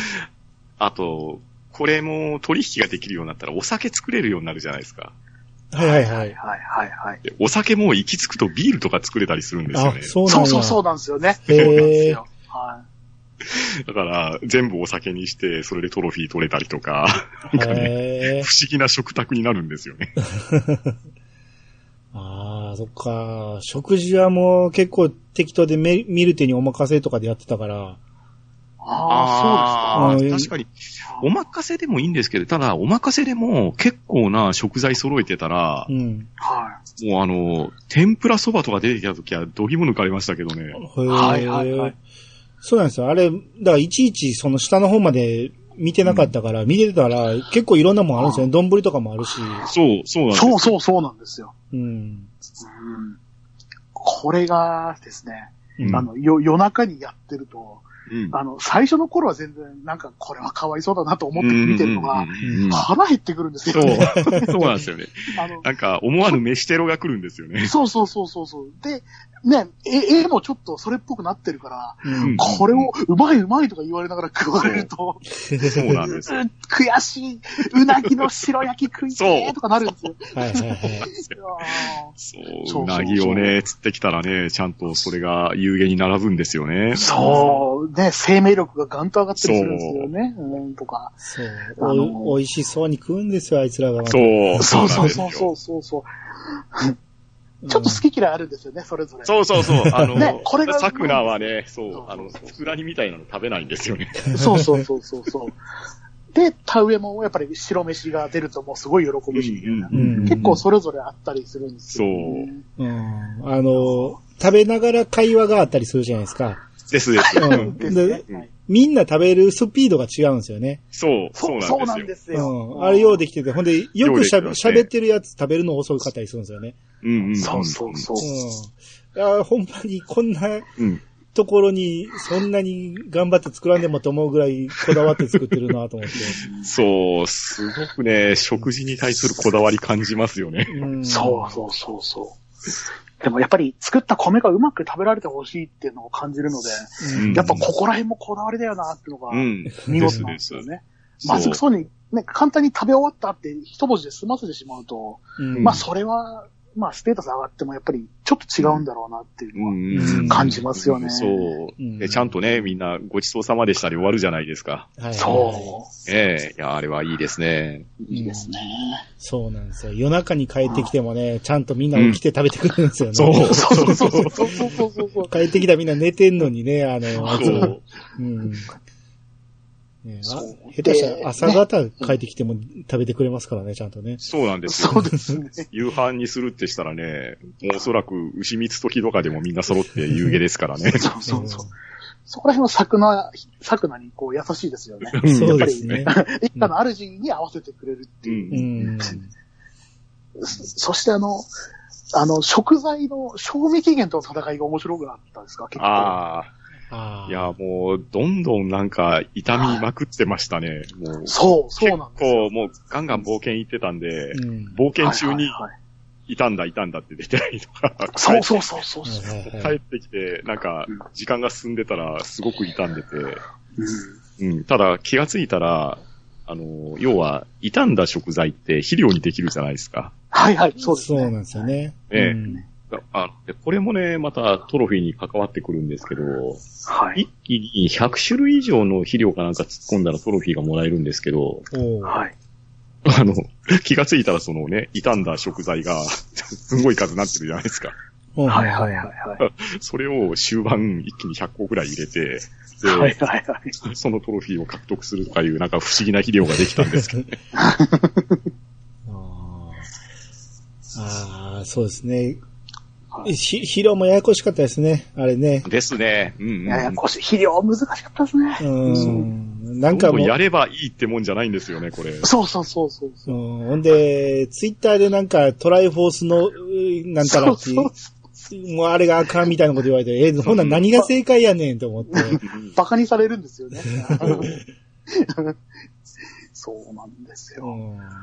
あと、これも取引ができるようになったらお酒作れるようになるじゃないですか。 はいはいはい。 はいはいはい。 お酒も行き着くとビールとか作れたりするんですよね。 あ、そうなんそうそうそうなんですよね。 へそうなんですーよ。はい。 だから、全部お酒にして、それでトロフィー取れたりとか、なんかね、不思議な食卓になるんですよね。 ああ、そっか。食事はもう結構適当でメミルテにお任せとかでやってたから。 ああ、そうですか。 確かに。お任せでもいいんですけど、ただ、お任せでも結構な食材揃えてたら、うん、はい。もうあの、天ぷらそばとか出てきたときは、どぎも抜かれましたけどね。 はいはいはい。そうなんですよ。あれ、だからいちいちその下の方まで見てなかったから、うん、見てたら結構いろんなもんあるんですよね。丼とかもあるし。 そう、そうなんですよ。そうそうそうなんですよ。 うん。うん、 これがですね、うん、あの、よ、夜中にやってると、うん、あの、最初の頃は全然、なんか、これはかわいそうだなと思って見てるのが、腹減ってくるんですよね。 そう。そうなんですよね。あの、なんか、思わぬ飯テロが来るんですよね。 そうそうそうそうそう。で、ね、絵もちょっとそれっぽくなってるから、うん、これをうまいうまいとか言われながら食われると、 そうなんですよ。 悔しい、うなぎの白焼き食いてーとかなるんですよ。 はいはいはい。 そう、うなぎをね、釣ってきたらね、ちゃんとそれが有限に並ぶんですよね。 そう、ね、生命力がガンと上がったりするんですよね。うん、とか。 そう。あの、おいしそうに食うんですよ、あいつらが。 そう。 そうそうそうそうそうそう。ちょっと好き嫌いあるんですよね、それぞれ。 そうそうそう。あの、 ね、これが。 サクナはね、そう、あの、つらにみたいなの食べないんですよね。 そうそうそうそうそう。で、田植えもやっぱり白飯が出るともうすごい喜ぶし、うんうん、結構それぞれあったりするんですよ、ね。 そう。うん。あの、食べながら会話があったりするじゃないですか。 ですです。 うん。で、うん、みんな食べるスピードが違うんですよね。 そう、そうなんですよ。 うん。あれようできてて、ほんで、よくしゃべ、喋ってるやつ食べるの遅かったりするんですよね。 うんうん。 そうそうそう。 うん。あほんまにこんなところにそんなに頑張って作らんでもと思うぐらいこだわって作ってるなと思って。 そう、すごくね、食事に対するこだわり感じますよね。 うん、そうそうそうそう。でもやっぱり作った米がうまく食べられてほしいっていうのを感じるので、うん、やっぱここら辺もこだわりだよなっていうのが見事なんですよね。うん、まずくそうに、ね、簡単に食べ終わったって一文字で済ませてしまうと、うん、まあそれは、まあステータス上がってもやっぱりちょっと違うんだろうなっていうのは感じますよね。 そう。で、ちゃんとね、みんなごちそうさまでしたり終わるじゃないですか。 はい、そう。 ええ、いや、あれはいいですね。 いいですね。 そうなんですよ。夜中に帰ってきてもね、ちゃんとみんな起きて食べてくるんですよね。 そう。 そうそうそうそうそうそう。 帰ってきたらみんな寝てんのにね、あの、そう。うんね、あ下手したら朝方帰ってきても食べてくれますからね、ちゃんとね。 そうなんですよ。 そうですね。 夕飯にするってしたらね、もうおそらく牛蜜時とかでもみんな揃って夕げですからね。 そうそうそう。そこら辺は桜、桜にこう優しいですよね。 そうですね。 一家の主に合わせてくれるっていう。うんうん、そしてあの、あの、食材の賞味期限との戦いが面白くなったんですか、結構。ああ。 いや、もう、どんどんなんか、痛みまくってましたね。もうそう、そうなんですよ。 結構、もう、ガンガン冒険行ってたんで、うん、冒険中に、痛んだ痛んだって出てたりとか。 そうそうそうそう。 帰ってきて、なんか、時間が進んでたら、すごく痛んでて、うん、うん。ただ、気がついたら、あの、要は、傷んだ食材って肥料にできるじゃないですか。 はいはい、そうですね。 そうなんですよね。 ええ。うんあこれもね、またトロフィーに関わってくるんですけど、はい、一気にひゃく種類以上の肥料かなんか突っ込んだらトロフィーがもらえるんですけど、はい、あの、気がついたらそのね、傷んだ食材がすごい数になってるじゃないですか。 はいはいはいはい。 それを終盤一気にひゃっこぐらい入れて、で、はいはいはい、そのトロフィーを獲得するとかいうなんか不思議な肥料ができたんですけどね。 ああ、そうですね。ひ肥料もややこしかったですね、あれね。 ですね。うん、うん。 ややこしい。肥料難しかったですね。 うん。なんかもう。 やればいいってもんじゃないんですよね、これ。 そうそうそうそうそう。 うん。ほんで、ツイッターでなんかトライフォースの、なんたらっていう。そうそうもうあれがあかんみたいなこと言われて、え、ほんなら何が正解やねんと思って。 バカにされるんですよね。そうなんですよ。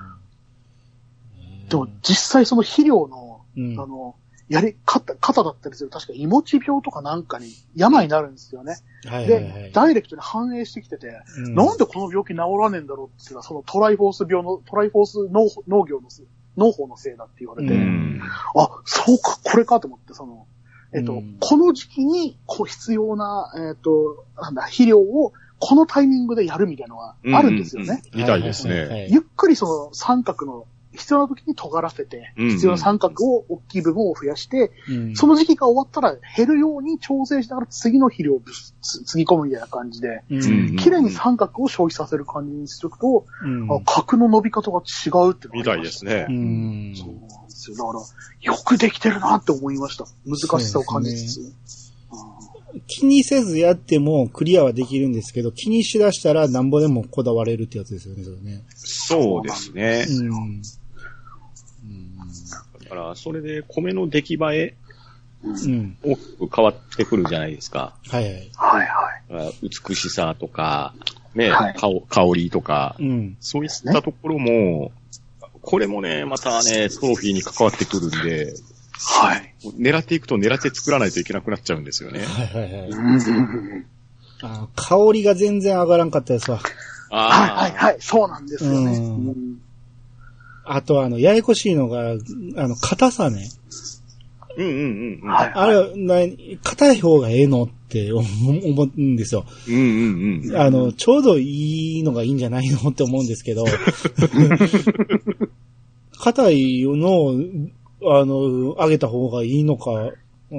でも実際その肥料の、うん、あの、やり、肩、肩だったりする、確か、いもち病とかなんかに病になるんですよね。はいはいはい、で、ダイレクトに反映してきてて、うん、なんでこの病気治らねえんだろうっていうのは、そのトライフォース病の、トライフォース農農業の農法のせいだって言われて、あ、そうか、これかと思って、その、えっと、この時期にこう必要な、えっと、なんだ、肥料をこのタイミングでやるみたいなのがあるんですよね。 みたいですね。 ゆっくりその三角の必要な時に尖らせて、必要な三角を、大きい部分を増やして、その時期が終わったら減るように調整しながら次の肥料をつぎ込むみたいな感じで、綺麗に三角を消費させる感じにしておくと、角の伸び方が違うってみたいですね。 そうなんですよ。だから、よくできてるなって思いました。難しさを感じつつ。 気にせずやってもクリアはできるんですけど、気にしだしたらなんぼでもこだわれるってやつですよね、それね。 そうですね。うんだから、それで米の出来栄え、うん、大きく変わってくるじゃないですか。 はいはい。 はいはい。 美しさとか、ね、はい、香りとか、うん、そういったところも、これもね、またね、トロフィーに関わってくるんで、 はい。 狙っていくと狙って作らないといけなくなっちゃうんですよね。 はいはいはい。あ香りが全然上がらんかったですわ。 あはいはいはい。そうなんですよね。うん、 あとあの、ややこしいのが、あの、硬さね。 うんうんうん。 はい、あれ、な、硬い方がええのって思うんですよ。 うんうんうん。 あの、ちょうどいいのがいいんじゃないのって思うんですけど。硬いのを、あの、揚げた方がいいのか、うん、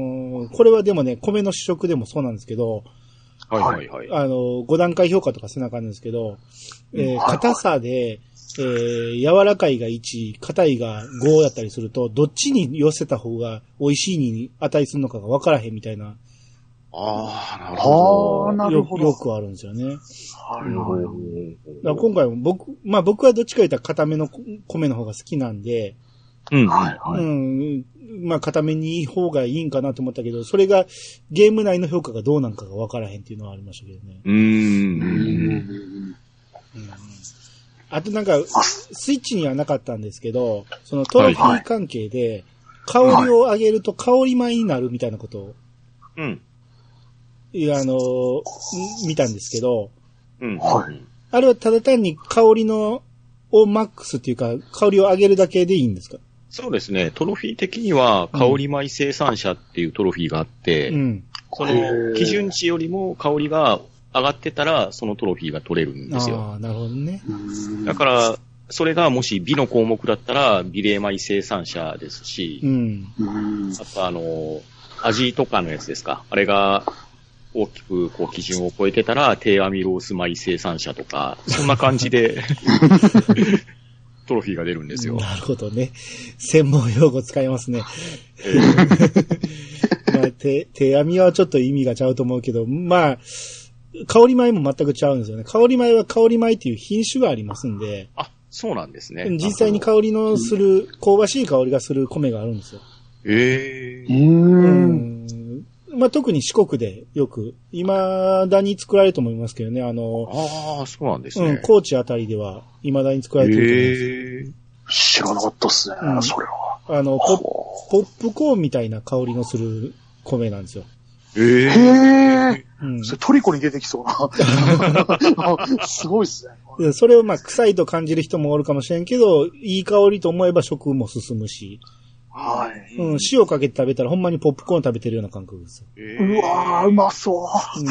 これはでもね、米の試食でもそうなんですけど、 はいはいはい。 あの、ご段階評価とかせなあかんんですけど、えー、硬さで、えー、柔らかいがいち、硬いがごやったりすると、どっちに寄せた方が美味しいに値するのかが分からへんみたいな。 ああ、なるほど。 なるほど。 よくあるんですよね。 なるほど。だから今回も僕、まあ僕はどっちか言ったら硬めの米の方が好きなんで、 うん。はいはい。うん。まあ、固めにいい方がいいんかなと思ったけど、それがゲーム内の評価がどうなんかが分からへんっていうのはありましたけどね。 うーん。うんあとなんか、スイッチにはなかったんですけど、そのトロフィー関係で、香りを上げると香り米になるみたいなことを、 うん。 いや、あの、見たんですけど、 うん。はい。 あれはただ単に香りの、をマックスっていうか、香りを上げるだけでいいんですか？ そうですね。トロフィー的には、香り米生産者っていうトロフィーがあって、うん、その、基準値よりも香りが上がってたら、そのトロフィーが取れるんですよ。 ああ、なるほどね。 だから、それがもし美の項目だったら、美麗米生産者ですし、 うん、 あとあの、味とかのやつですか。あれが、大きくこう基準を超えてたら、低アミロース米生産者とか、そんな感じで、トロフィーが出るんですよ。 なるほどね。専門用語使いますね。えーまあ、手、手編みはちょっと意味がちゃうと思うけど、まあ、香り米も全くちゃうんですよね。香り米は香り米っていう品種がありますんで。 あ、そうなんですね。 実際に香りのする、香ばしい香りがする米があるんですよ。 へえー。 うんまあ、特に四国でよく、未だに作られると思いますけどね、あの、 ああ、そうなんですね。 うん、高知あたりでは未だに作られてると思います。 へー知らなかったっすね、うん、それは。 あのポ、ポップコーンみたいな香りのする米なんですよ。 へー。 へー。うん、それトリコに出てきそうな。すごいっすね。それをまあ臭いと感じる人もおるかもしれんけど、いい香りと思えば食も進むし。 はい。 うん、塩かけて食べたらほんまにポップコーン食べてるような感覚ですよ。 えー、うわー、うまそう。うん、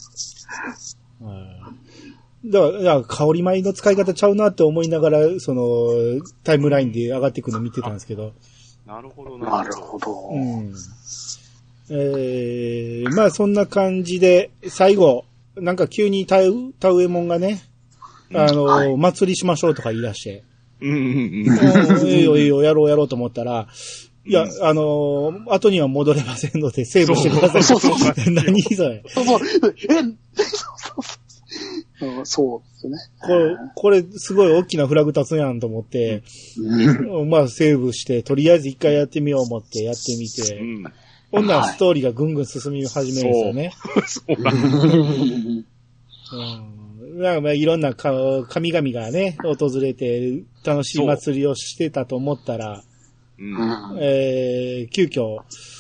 だから、だから香り米の使い方ちゃうなって思いながら、その、タイムラインで上がっていくの見てたんですけど。 なるほど、 なるほど。 うん。えー、まあそんな感じで、最後、なんか急にタウ、タウエモンがね、あの、はい、祭りしましょうとか言い出して。 うんうんうん。 ええよええよ、やろうやろうと思ったら、いや、あのー、後には戻れませんので、セーブしてください。 そうそうそう。 何それ。 そうそう。え、そうそうですね。 これ、これ、すごい大きなフラグ立つやんと思って、うん、まあ、セーブして、とりあえず一回やってみよう思ってやってみて、うん、ほんならストーリーがぐんぐん進み始めるんですよね。 そう。そうなんだ。 うんまあ、いろんな神々がね、訪れて楽しい祭りをしてたと思ったら、うんえー、急遽、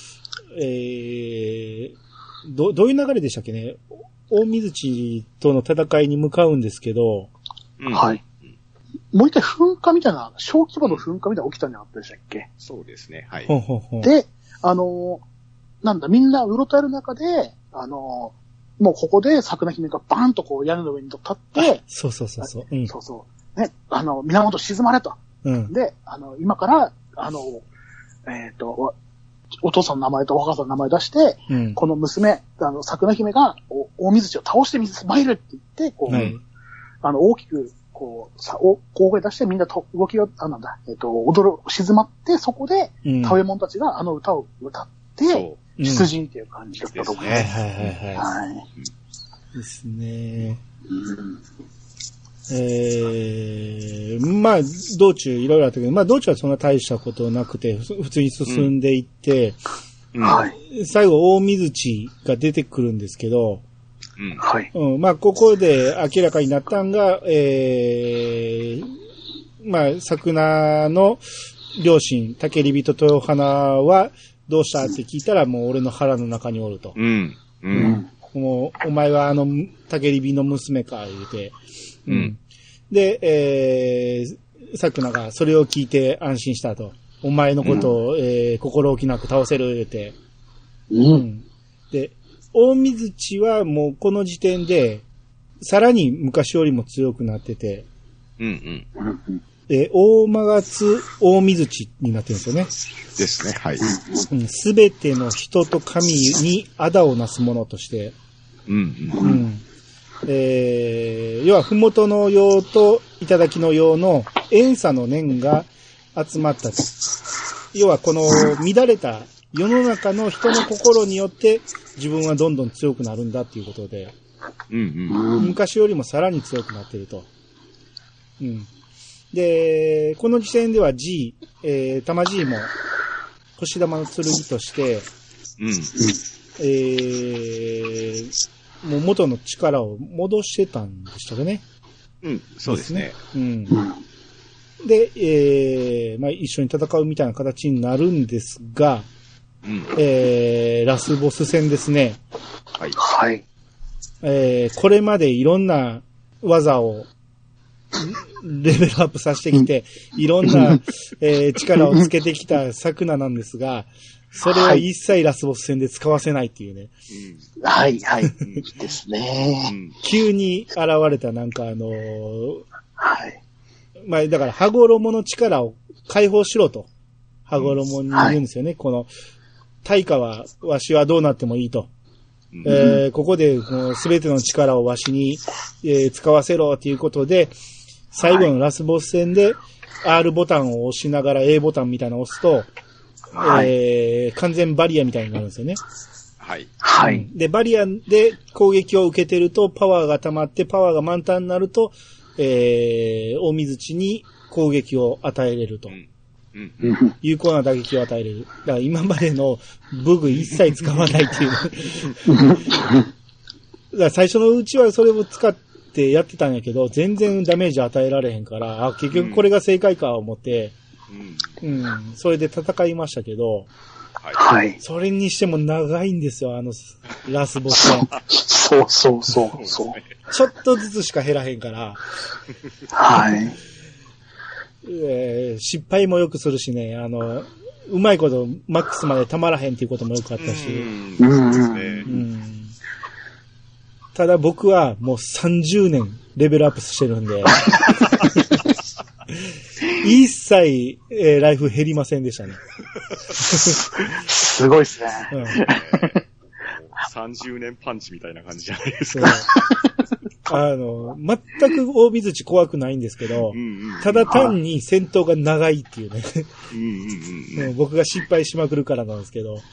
えー、ど、どういう流れでしたっけね。大水地との戦いに向かうんですけど、 はい。 もう一回噴火みたいな、小規模の噴火みたいなの起きたんじゃなかったでしたっけ？ そうですね、はい。 ほうほうほうで、あの、なんだ、みんなうろたえる中で、あの、もうここで桜姫がバーンとこう屋根の上に立って、 そうそうそうそう。うん、 そうそう。ね、あの、源沈まれと。うん、で、あの、今から、あの、えっ、ー、と、お父さんの名前とお母さんの名前出して、うん、この娘、あの、桜姫が大水地を倒して水参るって言って、こう、はい、あの、大きく、こう、さ、大声出してみんなと動きが、あ、なんだ、えっ、ー、と、踊る、静まって、そこで、うん、タウエモンたちがあの歌を歌って、出陣っていう感じだったと思います。 はいはいはいはい。はい。ですね。うんえー、まあ、道中いろいろあったけど、まあ、道中はそんな大したことなくて、普通に進んでいって、うんはい、最後、大水地が出てくるんですけど、うんはい。うん、まあ、ここで明らかになったんが、えー、まあ、桜の両親、竹リビと豊花は、どうしたって聞いたら、もう俺の腹の中におると。うん。うん。もう、お前はあの、竹リビの娘か、言うて、うん。で、えー、桜がそれを聞いて安心したと。お前のことを、うん、えー、心置きなく倒せる言うて。うん。うん、で、大水地はもうこの時点で、さらに昔よりも強くなってて。うんうん。えー、大間勝大水地になってるんですよね。 ですね、はい。 すべ、うん、ての人と神に仇をなすものとして。うん、うん。うんえー、要は、ふもとの用と頂の用の遠差の念が集まったと。要は、この乱れた世の中の人の心によって自分はどんどん強くなるんだっていうことで、うんうん、昔よりもさらに強くなっていると。うん、で、この時点では G、えー、玉 G も星玉の剣として、うんえーもう元の力を戻してたんでしたかね。 うん、そうですね。 うん。で、えー、まあ一緒に戦うみたいな形になるんですが、うん、えー、ラスボス戦ですね。はい。はい。えー、これまでいろんな技をレベルアップさせてきて、いろんな、えー、力をつけてきた桜なんですが、それは一切ラスボス戦で使わせないっていうね。 はい、はい、ですね。 急に現れたなんかあのー、はい。まあだから羽衣の力を解放しろと。羽衣に言うんですよね。はい、この、対価はわしはどうなってもいいと。うん、えー、ここですべての力をわしに、えー、使わせろということで、最後のラスボス戦で R ボタンを押しながら A ボタンみたいなのを押すと、はい、えー、完全バリアみたいになるんですよね。はい。はい。で、バリアで攻撃を受けてると、パワーが溜まって、パワーが満タンになると、えー、大水地に攻撃を与えれると。うんうんうん、有効な打撃を与えれる。だから今までの武具一切使わないっていう。だから最初のうちはそれを使ってやってたんやけど、全然ダメージ与えられへんから、あ、結局これが正解か思って、うん、うん、それで戦いましたけど、はい。それにしても長いんですよ、あの、ラスボス戦。 そうそうそうそう。 ちょっとずつしか減らへんから。はい。えー、失敗もよくするしね、あの、うまいことマックスまでたまらへんっていうこともよくあったし。うん。うん、ただ僕はもうさんじゅうねんレベルアップしてるんで。一切、えー、ライフ減りませんでしたね。 すごいですね、うん。 さんじゅうねんパンチみたいな感じじゃないですか。 あの、全く大水地怖くないんですけど、うんうん、ただ単に戦闘が長いっていうね。うんうんうん、僕が失敗しまくるからなんですけど。うん、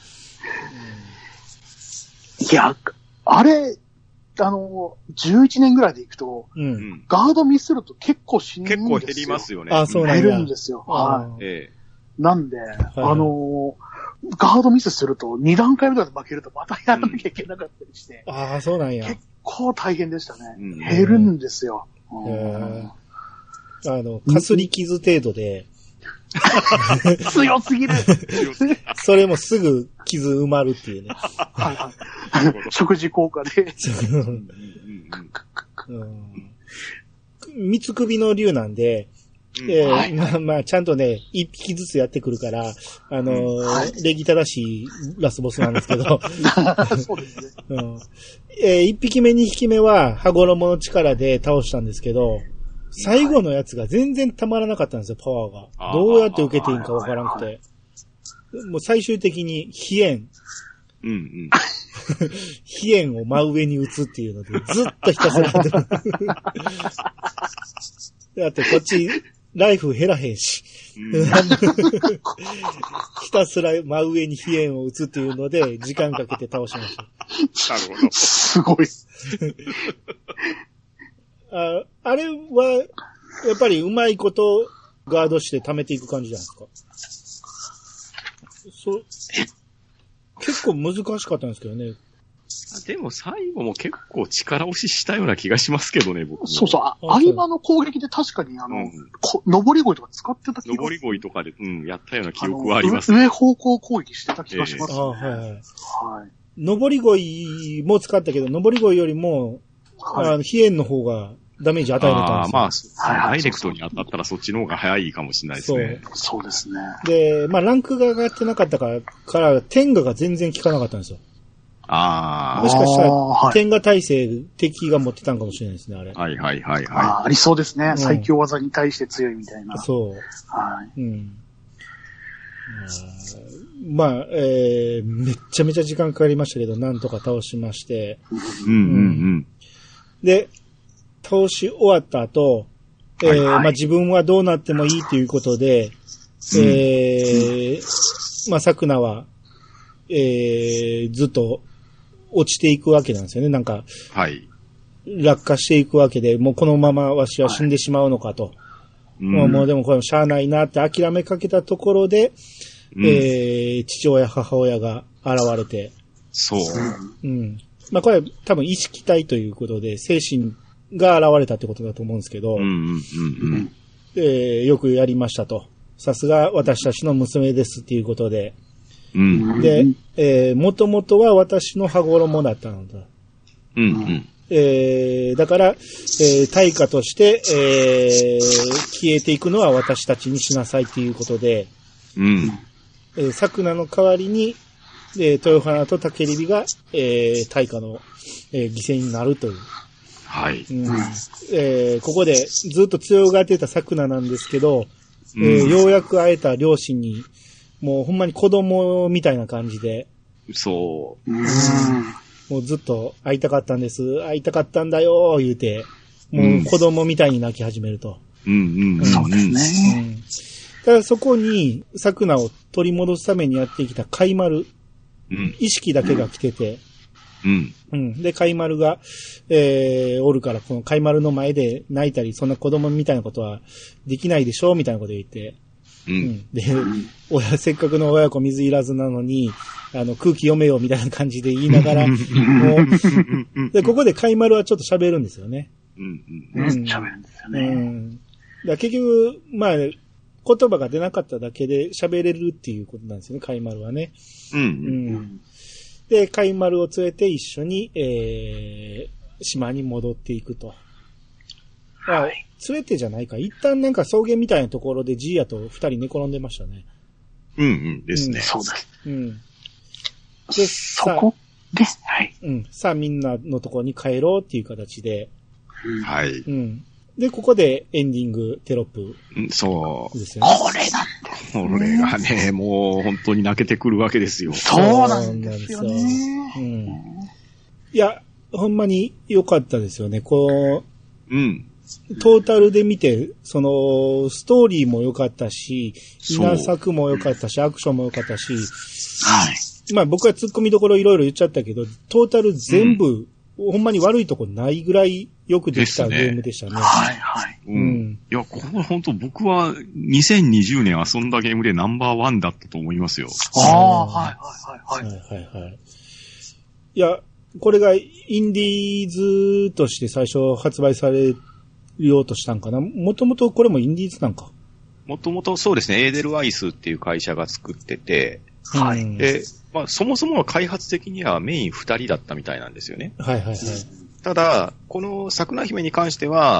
いや、あれ、あの、じゅういちねんぐらいでいくと、うん、ガードミスると結構死ぬんですよ。 結構減りますよね。 あ、そうなんだ。 減るんですよ。はい。ええ、なんで、はい、あの、ガードミスするとに段階目で負けるとまたやらなきゃいけなかったりして。 うん、ああ、そうなんや。 結構大変でしたね。うん、減るんですよ。 へあの、かすり傷程度で。 強すぎるそれもすぐ傷埋まるっていうね。はいはい。 食事効果で。 三つ首の竜なんで、 えーはい、まあまあ、ちゃんとね、一匹ずつやってくるから、あのーうんはい、礼儀正しいラスボスなんですけど。そうですね。うん。えー、一匹目、二匹目は、羽衣の力で倒したんですけど、最後のやつが全然たまらなかったんですよ、パワーが。どうやって受けていいんかわからなくて。もう最終的に、飛燕。 うんうん。 飛燕を真上に打つっていうので、ずっとひたすらやってる。だってこっち、ライフ減らへんし。うん、ひたすら真上に飛燕を打つっていうので、時間かけて倒しました。 なるほど。すごい。 あ, あれは、やっぱりうまいことガードして貯めていく感じじゃないですか。そう結構難しかったんですけどね。 でも最後も結構力押ししたような気がしますけどね、僕も。 そうそう、あ合間の攻撃で確かにあの、うん、登り鯉とか使ってた気が登り鯉とかで、うん、やったような記憶はあります、 ね。上方向攻撃してた気がしますね。えー、あはいはい。はい。登り鯉も使ったけど、登り鯉よりも、はい、あの、飛燕の方がダメージ与えれたんですよ。ああ、 まあ、はい、ダイレクトに当たったらそっちの方が早いかもしれないですね。 そう、そうですね。 で、まあ、ランクが上がってなかったから、から、天下が全然効かなかったんですよ。 ああ。 もしかしたら、天下耐性、敵が持ってたんかもしれないですね、あれ。 はいはいはいはい。 あ, ありそうですね、うん。最強技に対して強いみたいな。 そう。 はい。うん。まあ、えー、めっちゃめちゃ時間かかりましたけど、なんとか倒しまして。 うんうんうん。 で、倒し終わった後、えー、はいはい、まあ自分はどうなってもいいということで、うん、えー、まあ、さくなは、えー、ずっと落ちていくわけなんですよね。なんか、 はい。 落下していくわけで、もうこのままわしは死んでしまうのかと。はい、もう、もうでもこれしゃあないなって諦めかけたところで、うん、えー、父親、母親が現れて。 そう。 うん。まあこれ多分意識体ということで、精神が現れたってことだと思うんですけど、 うんうんうんうん、 えー、よくやりましたと。さすが私たちの娘ですっていうことで、 うん、 で、えー、もともとは私の羽衣だったのだ。 うんうん、 えー、だから、えー、対価として、えー、消えていくのは私たちにしなさいっていうことで、 うん、 えー、桜の代わりに、えー、豊花と竹リビが、えー、対価の、えー、犠牲になるという。 はい。 うんえー、ここでずっと強がってた桜なんですけど、えーうん、ようやく会えた両親に、もうほんまに子供みたいな感じで。 そう。 うん、もうずっと会いたかったんです。会いたかったんだよ言うて、もう子供みたいに泣き始めると。 うんうんうん、 そうですね。うん、 ただそこに、桜を取り戻すためにやってきた海丸、 うん、 意識だけが来てて、 うんうん、で、海丸が、えー、おるから、この海丸の前で泣いたり、そんな子供みたいなことはできないでしょみたいなこと言って、 うん。うん、 で、親、せっかくの親子水いらずなのに、あの、空気読めよみたいな感じで言いながら、もう、で、ここで海丸はちょっと喋るんですよね。 うんうん。うん。喋るんですよね。 うん。だから結局、まあ、言葉が出なかっただけで喋れるっていうことなんですよね、海丸はね。 うん。うん。で、海丸を連れて一緒に、えー、島に戻っていくと。はい。連れてじゃないか。一旦なんか草原みたいなところでジーヤと二人寝転んでましたね。 うんうんですね。 うん、そうです。 うん。 で、そこで、はい。 うん。さあみんなのところに帰ろうっていう形で。 はい。 うん。で、ここでエンディングテロップ。 そう。 ですよね。 これなんですね。これがね、もう本当に泣けてくるわけですよ。 そうなんですよね。 うん。いや、ほんまに良かったですよね。こう、うん。 トータルで見て、その、ストーリーも良かったし、稲作も良かったし、アクションも良かったし、 はい。 まあ僕は突っ込みどころいろいろ言っちゃったけど、トータル全部、うん、ほんまに悪いとこないぐらいよくできたゲームでしたね。 はいはい。 うん。いや、これ本当僕はにせんにじゅうねん遊んだゲームでナンバーワンだったと思いますよ。 ああ、はいはいはい。 はいはいはい。いや、これがインディーズとして最初発売されようとしたんかな。もともとこれもインディーズなんか。 もともとそうですね、エーデルワイスっていう会社が作ってて、 はい。 で、まあそもそもの開発的にはメイン二人だったみたいなんですよね。 はいはいはい。 ただ、この桜姫に関しては、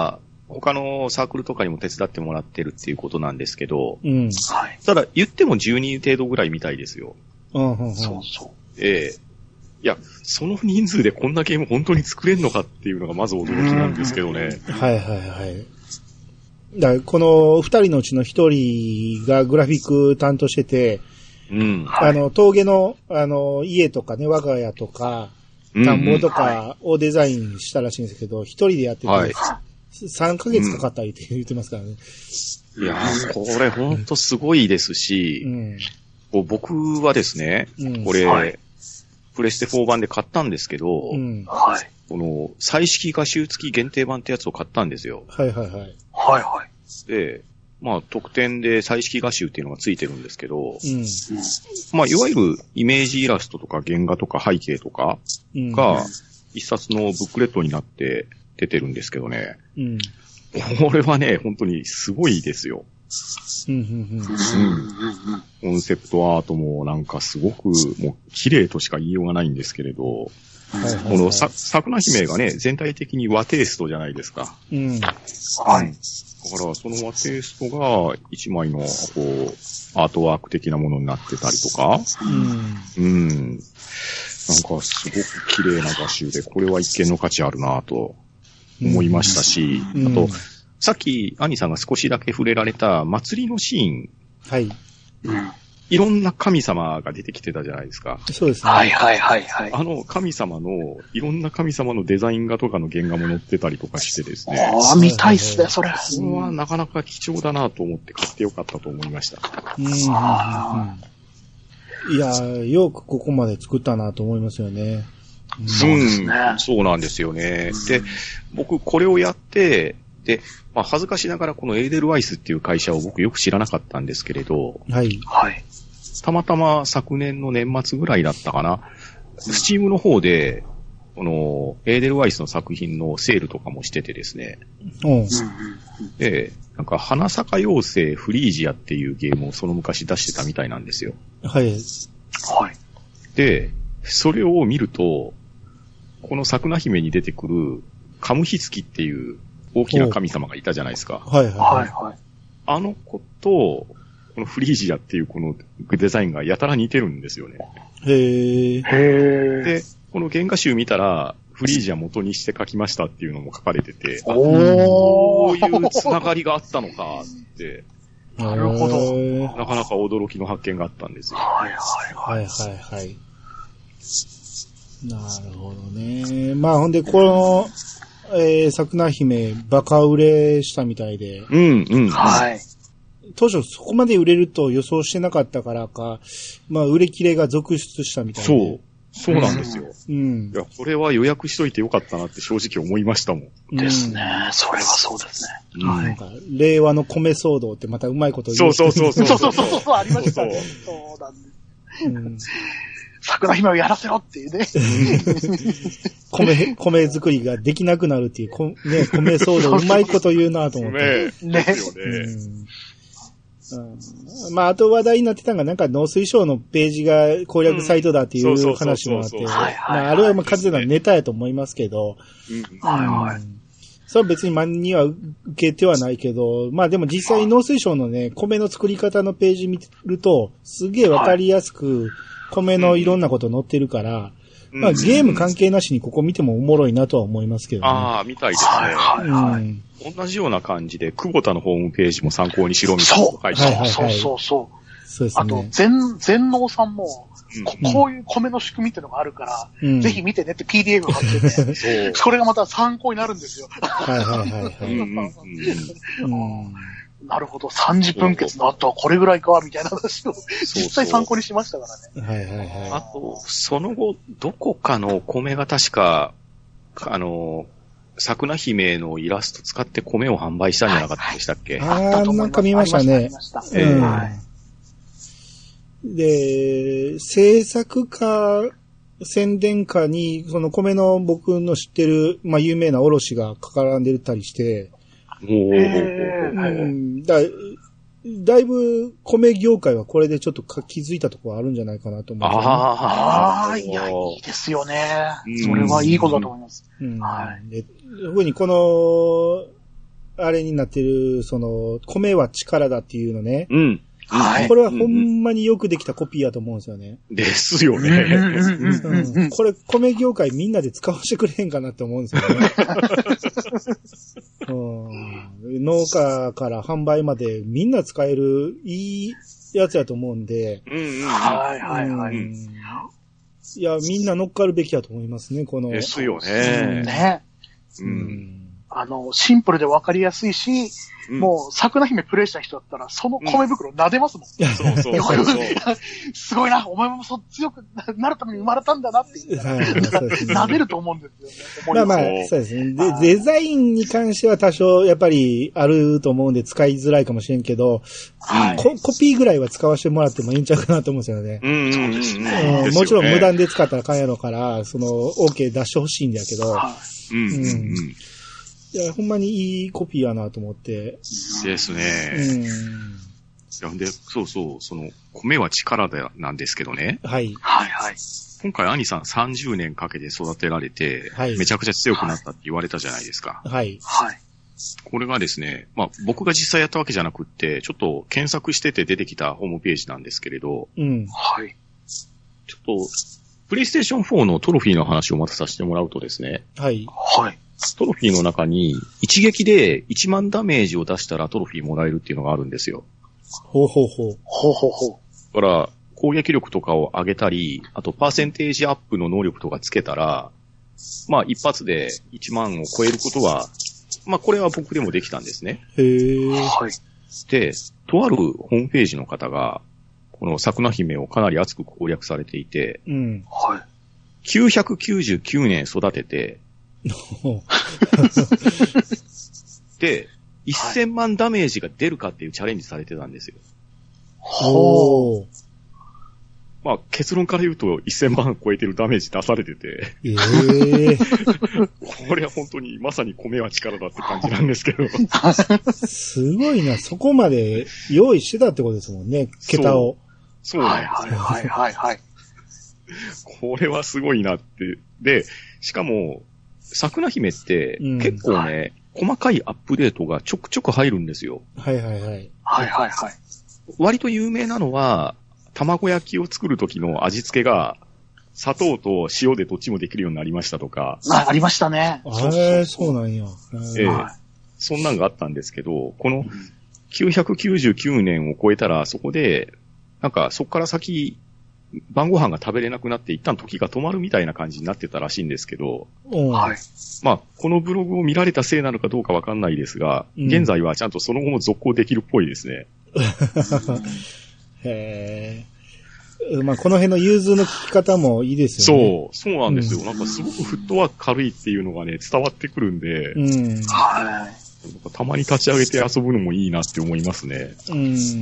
他のサークルとかにも手伝ってもらってるっていうことなんですけど、 うん。 はい。ただ、言ってもじゅうにん程度ぐらいみたいですよ。 うん、うん、 そうそう。 ええー。いや、その人数でこんなゲーム本当に作れんのかっていうのがまず驚きなんですけどね。 はいはいはい。だからこの二人のうちの一人がグラフィック担当してて、 うん。 あの、峠の、あの、家とかね、我が家とか、田んぼとかをデザインしたらしいんですけど、一、人でやってて、はい、さんかげつかかったって言ってますからね。 いやー、これほんとすごいですし、うん、僕はですね、うん、これ、はい、プレステフォー版で買ったんですけど、うん、はい。この、彩色画集付き限定版ってやつを買ったんですよ。 はいはいはい。 はいはい。 で、まあ、特典で彩色画集っていうのがついてるんですけど、うん、まあ、いわゆるイメージイラストとか原画とか背景とかが一冊のブックレットになって出てるんですけどね。うん、これはね、本当にすごいですよ。うん、コンセプトアートもなんかすごくもう綺麗としか言いようがないんですけれど、はいはいはい、このさ、桜姫がね、全体的に和テイストじゃないですか。うん。はい。だから、その和テイストが一枚の、こう、アートワーク的なものになってたりとか、うん。うん。なんか、すごく綺麗な画集で、これは一見の価値あるなと思いましたし、うん、あと、さっき、アニさんが少しだけ触れられた祭りのシーン。 はい。 うんいろんな神様が出てきてたじゃないですか。 そうですね。 はいはいはいはい。 あの神様の、いろんな神様のデザイン画とかの原画も載ってたりとかしてですね。 ああ、見たいっすね、それ。 それはなかなか貴重だなと思って買ってよかったと思いました。うんうんうん、 いやー、よくここまで作ったなと思いますよね。 うん、そうですね。そうなんですよね。で、僕これをやって、で、まあ恥ずかしながらこのエーデルワイスっていう会社を僕よく知らなかったんですけれど。 はい。 はい。 たまたま昨年の年末ぐらいだったかな。スチームの方で、この、エーデルワイスの作品のセールとかもしててですね。うん。で、なんか、花坂妖精フリージアっていうゲームをその昔出してたみたいなんですよ。 はい。 はい。 で、それを見ると、この桜姫に出てくる、カムヒツキっていう大きな神様がいたじゃないですか。 はいはいはい。 あの子と、このフリージアっていうこのデザインがやたら似てるんですよね。 へー。 へー。 で、この原画集見たら、フリージア元にして書きましたっていうのも書かれてて、 おー。 こういうつながりがあったのかって、 なるほど。 なかなか驚きの発見があったんですよ。 はいはいはい。はいはいはい。なるほどね。まあほんで、この、えー、桜姫、バカ売れしたみたいで。 うんうん。 はい。 当初そこまで売れると予想してなかったからか、まあ売れ切れが続出したみたいで。 そう。そうなんですよ。 うん。 いや、これは予約しといてよかったなって正直思いましたもん。 ですね。それはそうですね。 うん、なんか、令和の米騒動ってまたうまいこと言う。そうそうそうそう。そうそうそうそう、ありましたね。そうなんです。うん桜姫をやらせろっていうね。 米、米作りができなくなるっていう、こね、米騒動うまいこと言うなと思って。 ね。ですよね。 うん、まあ、あと話題になってたのが、なんか農水省のページが攻略サイトだっていう話もあって、まあ、あれはまあ完全なネタやと思いますけど、 はいはい。 それは別に真には受けてはないけど、まあでも実際農水省のね、米の作り方のページ見ると、すげえわかりやすく、米のいろんなこと載ってるから、うん、まあゲーム関係なしにここ見てもおもろいなとは思いますけどね。 ああ、見たいですね。 はいはいはい。うん、 同じような感じで、久保田のホームページも参考にしろみたいなの書いてある。 そうそうそうそう。 そうですね。 あと、全、全農さんも、こ, こういう米の仕組みっていうのがあるから、うん、ぜひ見てねって ピーディーエフ が貼ってて、そうそれがまた参考になるんですよ。 はいはいはいはい。 うんなるほど。さんじぶん決の後はこれぐらいか、みたいな話を実際参考にしましたからね。はいはいはい。 あと、その後、どこかの米が確か、あの、桜姫のイラスト使って米を販売したんじゃなかったでしたっけ？ はいはい、ああ、なんか見ましたね。 えーはい、 で、制作か、宣伝かに、その米の僕の知ってる、まあ有名な卸が絡んでたりして、 おーうん、だだいぶ米業界はこれでちょっと気づいたところあるんじゃないかなと思う、ね。 ああ、いや、いいですよね。それはいいことだと思います。 うん、はい。で、特にこの、 あれになってる、その、米は力だっていうのね。 うん。 はい。これはほんまによくできたコピーやと思うんですよね。 ですよね。 うん、これ、米業界みんなで使わせてくれへんかなって思うんですよね。うん、農家から販売までみんな使えるいいやつやと思うんで。 うんうん、はいはいはい。うん、 いや、みんな乗っかるべきやと思いますね、この。 ですよね。 ね。うん。あの、シンプルでわかりやすいし、うん、もう、桜姫プレイした人だったら、その米袋撫でますもん。うん、そうそうそうそう。すごいな、お前もそう強くなるために生まれたんだなって言ったら、はい、撫でると思うんですよね。 まあまあ、そうですね。で、デザインに関しては多少、やっぱりあると思うんで使いづらいかもしれんけど、はい、コ, コピーぐらいは使わせてもらってもいいんちゃうかなと思うんですよね。 うん、そうですね、 うん。もちろん無断で使ったらあかんやろから、その、OK 出してほしいんだけど、はい、うん、うんうんいや、ほんまにいいコピーやなと思って。 ですね。うん。いや、で、そうそう、その、米は力でなんですけどね。 はい。 はいはい。 今回、兄さんさんじゅうねんかけて育てられて、はい、めちゃくちゃ強くなったって言われたじゃないですか。 はい。 はい。 これがですね、まあ、僕が実際やったわけじゃなくって、ちょっと検索してて出てきたホームページなんですけれど、 うん。 はい。 ちょっと、プレイステーションフォーのトロフィーの話をまたさせてもらうとですね。 はい。 はい。 トロフィーの中に、一撃でいちまんダメージを出したらトロフィーもらえるっていうのがあるんですよ。 ほうほうほう。 ほうほうほう。 だから、攻撃力とかを上げたり、あとパーセンテージアップの能力とかつけたら、まあ一発でいちまんを超えることは、まあこれは僕でもできたんですね。 へー。 はい。 で、とあるホームページの方が、この桜姫をかなり熱く攻略されていて、 うん。 はい。 きゅうひゃくきゅうじゅうきゅうねん育てて、で、せんまんダメージが出るかっていうチャレンジされてたんですよ。 ほう。 まあ結論から言うとせんまん超えてるダメージ出されてて。 ええー。 これは本当にまさに米は力だって感じなんですけど。 すごいな、そこまで用意してたってことですもんね、桁を。 そう。そうなんですよ。はいはいはいはい。 これはすごいなって。で、しかも、桜姫って結構ね、うん、細かいアップデートがちょくちょく入るんですよ。 はいはいはい。 はいはいはい。 割と有名なのは、卵焼きを作る時の味付けが、砂糖と塩でどっちもできるようになりましたとか。 あ、ありましたね。 ええ、そうなんや。 ええー、そんなんがあったんですけど、このきゅうひゃくきゅうじゅうきゅうねんを超えたら、そこで、なんかそこから先、晩ご飯が食べれなくなって一旦時が止まるみたいな感じになってたらしいんですけど、 はい。 まあ、このブログを見られたせいなのかどうかわかんないですが、うん、現在はちゃんとその後も続行できるっぽいですね。 へー。まあ、この辺の融通の聞き方もいいですよね。 そう、そうなんですよ。うん、なんかすごくフットワーク軽いっていうのがね、伝わってくるんで、 うん、 はい。 たまに立ち上げて遊ぶのもいいなって思いますね。 うん。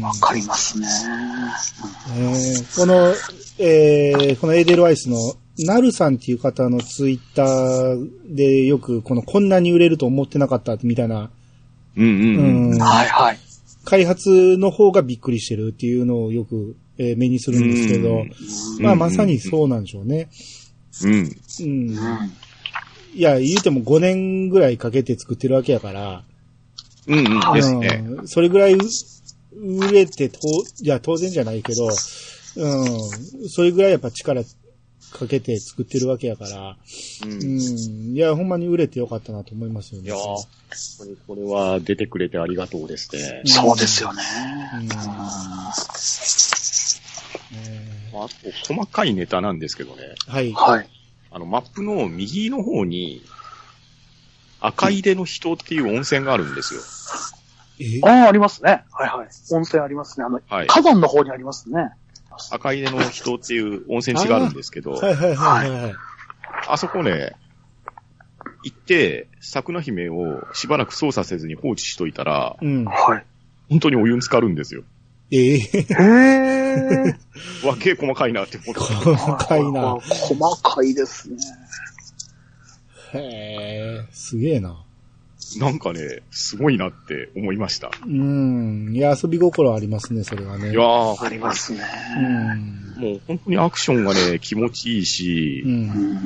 わかりますね。 えー、この、えー、このエーデルワイスのナルさんっていう方のツイッターでよくこのこんなに売れると思ってなかったみたいな。 うんうんうん。 うん、はいはい。 開発の方がびっくりしてるっていうのをよく、えー、目にするんですけど、まあまさにそうなんでしょうね。 うん。うん。 うん。いや、言うてもごねんぐらいかけて作ってるわけやから、 うんうんですね。 うん、それぐらい売れてと、いや、当然じゃないけど、うん、それぐらいやっぱ力かけて作ってるわけやから、うん、うん、いや、ほんまに売れてよかったなと思いますよね。 いやー、本当にこれは出てくれてありがとうですね。 そうですよね。 うん、あと、細かいネタなんですけどね。 はい。 はい。 あの、マップの右の方に、赤い出の人っていう温泉があるんですよ。 えああ、ありますね。はいはい。温泉ありますね。あの、はい、火山の方にありますね。 赤い出の人っていう温泉地があるんですけど、 はいはいはいはい。 あそこね、行って、桜姫をしばらく操作せずに放置しといたら、 うん、 はい。 本当にお湯に浸かるんですよ。 ええー。 わけ細かいなって思って。 細かいな。 細かいですね。 へえ、すげえな。 なんかね、すごいなって思いました。 うん。いや、遊び心ありますね、それはね。 いやー。 ありますね。 うん。 もう本当にアクションがね、気持ちいいし、 うん、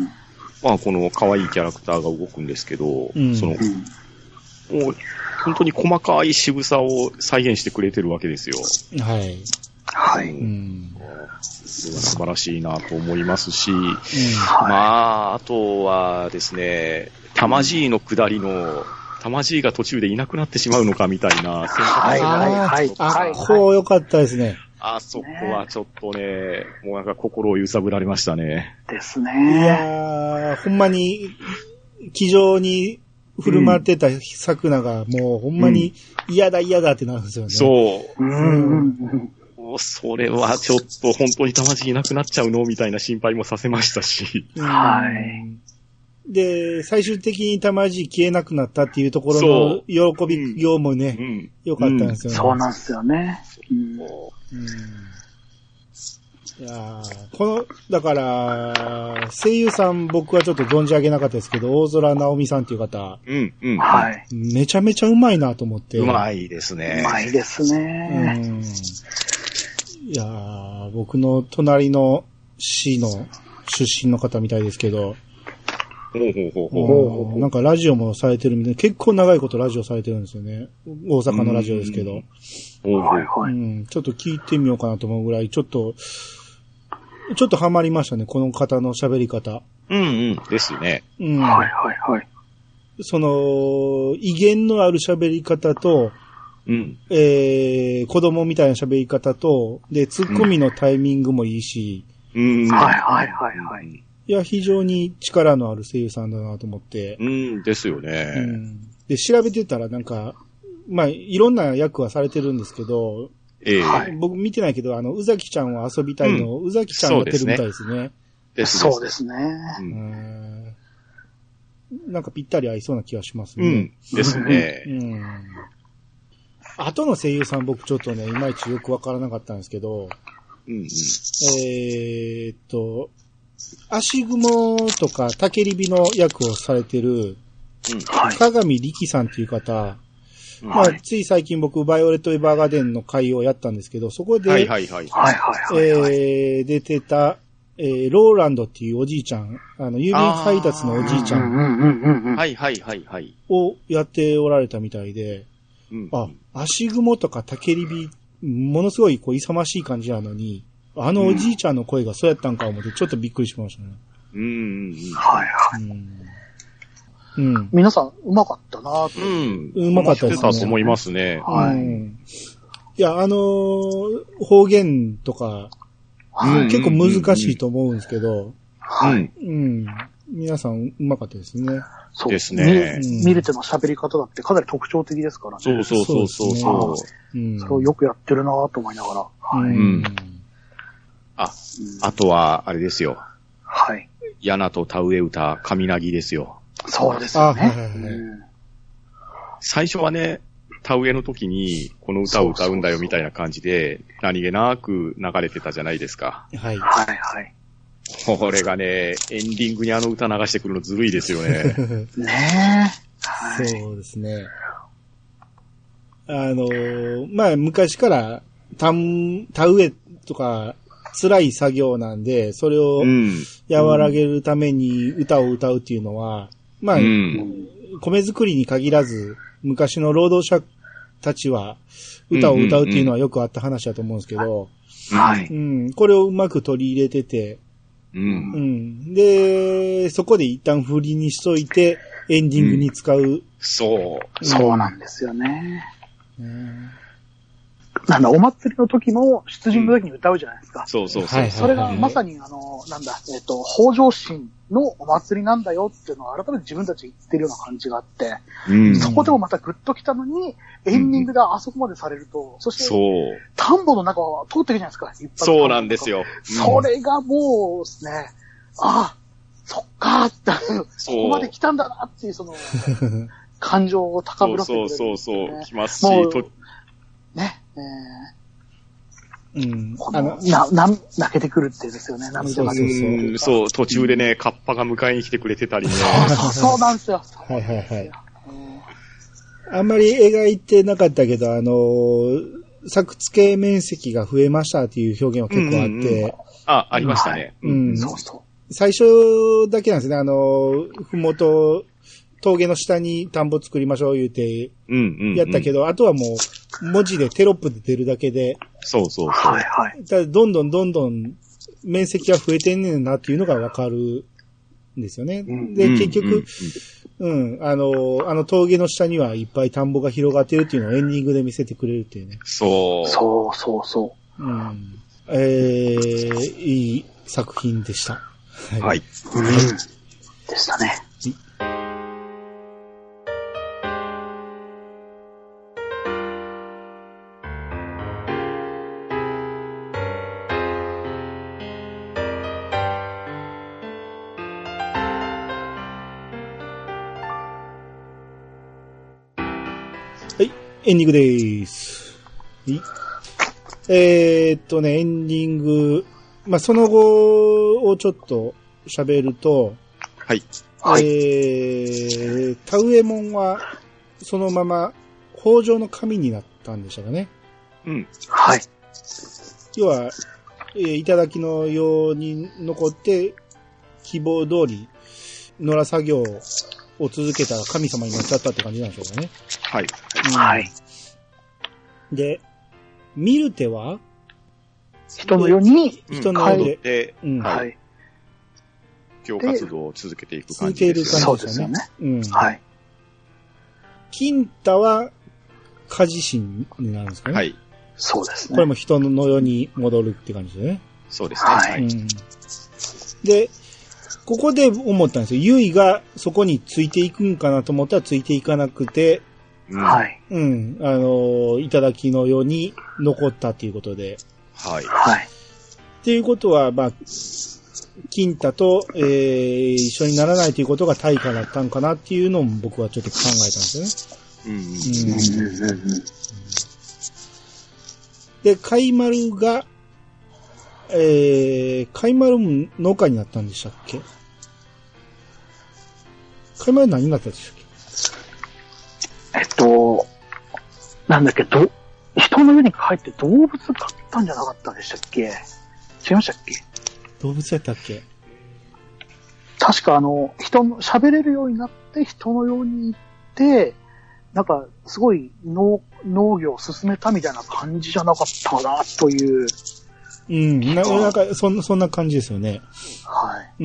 まあこの可愛いキャラクターが動くんですけど、 うん、 その、もう本当に細かい仕草を再現してくれてるわけですよ。 はい。 はい。 うん、素晴らしいなと思いますし、うん、まあ、あとはですね、タマジーの下りの、タマジーが途中でいなくなってしまうのかみたいな、 はいはいはい。あ、こう良かったですね。 あそこはちょっとね、もうなんか心を揺さぶられましたね。 ですね。 いやー、ほんまに、気丈に振る舞ってた桜が、もうほんまに嫌だ嫌だってなるんですよね。 そう。 うん。 もうそれはちょっと本当にタマジーいなくなっちゃうのみたいな心配もさせましたし。 はい。 で、最終的にタマジー消えなくなったっていうところの喜びようもね、うん、よかったんですよね。 そうなんですよね。うんうん、いやこの、だから、声優さん僕はちょっと存じ上げなかったですけど、大空直美さんっていう方、 うんうん、 はい。 めちゃめちゃうまいなと思って。 うまいですね。 うまいですね。うん、 いや僕の隣の市の出身の方みたいですけど、 ほうほうほうほうほうなんかラジオもされてるみたいで、結構長いことラジオされてるんですよね。大阪のラジオですけど。 はいはい。 うん、ちょっと聞いてみようかなと思うぐらい、ちょっと、ちょっとハマりましたね、この方の喋り方。 うんうん、ですね。 うん。 はいはいはい。 その、威厳のある喋り方と、 うん。 えー、子供みたいな喋り方と、で、ツッコミのタイミングもいいし。 うん。 はいはいはいはい。 いや、非常に力のある声優さんだなと思って。 うん、ですよね。 うん。で、調べてたらなんか、まあ、いろんな役はされてるんですけど、 ええー、僕見てないけど、あの、宇崎ちゃんを遊びたいの、うん、宇崎ちゃんがやってるみたいですね。 ですそうですね。 うん、なんかぴったり合いそうな気がしますね。 うん、ですね。 うん。後の声優さん僕ちょっとね、いまいちよくわからなかったんですけど、 うんうん、 えーっと、足雲とか竹リビの役をされてる、うん、鏡力さんっていう方、まあ、つい最近僕、バイオレット・エヴァーガーデンの会をやったんですけど、そこで、 はいはいはい。 えー、出てた、えー、ローランドっていうおじいちゃん、あの、郵便配達のおじいちゃん。 はいはいはいはい。 をやっておられたみたいで、 うん、 あ、足雲とか竹リビ、ものすごいこう、勇ましい感じなのに、あのおじいちゃんの声がそうやったんか思って、ちょっとびっくりしましたね。 うん。 はいはい。 うんうん、 皆さん、うまかったなぁと。 うん。 うまかったですね。 たと思いますね。 はい。うん、いや、あのー、方言とか、はい、結構難しいと思うんですけど、 はい。 うん。皆さん、うまかったですね。 そうですね。 見れての喋り方だってかなり特徴的ですからね。 そうそうそうそうそう、 ね。うん。それをよくやってるなぁと思いながら。 はい。うん。 あ、あとは、あれですよ。 はい。 ヤナと田植え歌、神なぎですよ。 そうですよね、はいはいはいうん。最初はね、田植えの時にこの歌を歌うんだよみたいな感じで、何気なく流れてたじゃないですか。 はい。 はいはい。 これがね、エンディングにあの歌流してくるのずるいですよね。 ねえ、はい。 そうですね。あのー、まあ昔から田、田植えとか、辛い作業なんで、それを和らげるために歌を歌うっていうのは、まあ、うん、米作りに限らず、昔の労働者たちは歌を歌うっていうのはよくあった話だと思うんですけど、 はい。 うん、これをうまく取り入れてて、 うん、 うん、で、そこで一旦振りにしといて、エンディングに使う。うん、 そう。 うん、そうなんですよね。うんなんだ、お祭りの時も、出陣の時に歌うじゃないですか。 うん、そうそうそう。 それがまさに、あの、なんだ、えっと、北条神のお祭りなんだよっていうのを改めて自分たち言ってるような感じがあって、うん、そこでもまたグッときたのに、エンディングであそこまでされると、うん、そして、 そう。 田んぼの中は通ってるじゃないですか、一発。 そうなんですよ。 うん、それがもうですね、ああ、そっかーって、そこまで来たんだなっていう、その、感情を高ぶらせてくれる、ね。 そうそうそうそう、来ますし、 ね、 えー、うん。 あの、な、な、泣けてくるってですよね、涙が出てくる。 うん、そう、途中でね、カッパが迎えに来てくれてたりね。 そうそう、そうなんですよ。 はいはいはい。あんまり描いてなかったけど、あの、作付け面積が増えましたっていう表現は結構あって。うんうんうん、 あ、ありましたね。 うん。 そうそう。 最初だけなんですね、あの、ふもと、 峠の下に田んぼ作りましょう言うて、 うんうんうん、 やったけど、あとはもう、文字でテロップで出るだけで、 そうそうそう。 はいはい。 だどんどんどんどん面積が増えてんねんなっていうのがわかるんですよね。うん、で、結局、うん、うん、あの、あの峠の下にはいっぱい田んぼが広がってるっていうのをエンディングで見せてくれるっていうね。 そう。 そうそうそう。 うん。えー、いい作品でした。 はい。はい。 うん。でしたね。 エンディングでーす。えー、っとね、エンディング、まあ、その後をちょっと喋ると、 はい。 えー、タウエモンは、そのまま、北条の神になったんでしたかね。 うん。 はい。 要は、えー、いただきのように残って、希望通り、野良作業を続けたら神様になっちゃったって感じなんでしょうかね。 はい。 うん、はい。 で、ミルテは人のように、 人のようで、 うん、はい。教活動を続けていく感じですよね。そうですよね。 うん。 はい。 キンタは、カジシンになるんですかね。 はい。 そうですね。 これも人の世に戻るって感じですね。 そうですね。はい。うん、 で、ここで思ったんですよ。ユイがそこについていくんかなと思ったらついていかなくて、 うん、はい。 うん。あの、いただきの世に残ったということで。 はい。 はい。 っていうことは、まあ、キンタと、えー、一緒にならないということが対価だったんかなっていうのも僕はちょっと考えたんですよね。うん。うん。で、カイマルが、えー、カイマルも農家になったんでしたっけ？カイマル何になったんでしたっけ？えっと、なんだっけ、ど、人の上に帰って動物飼ったんじゃなかったんでしたっけ？違いましたっけ？ 動物やったっけ？ 確かあの、人の、喋れるようになって人のように行って、なんか、すごい農、農業を進めたみたいな感じじゃなかったかな、という。 うん、な、なんか、そんな、そんな感じですよね。 はい。 うん。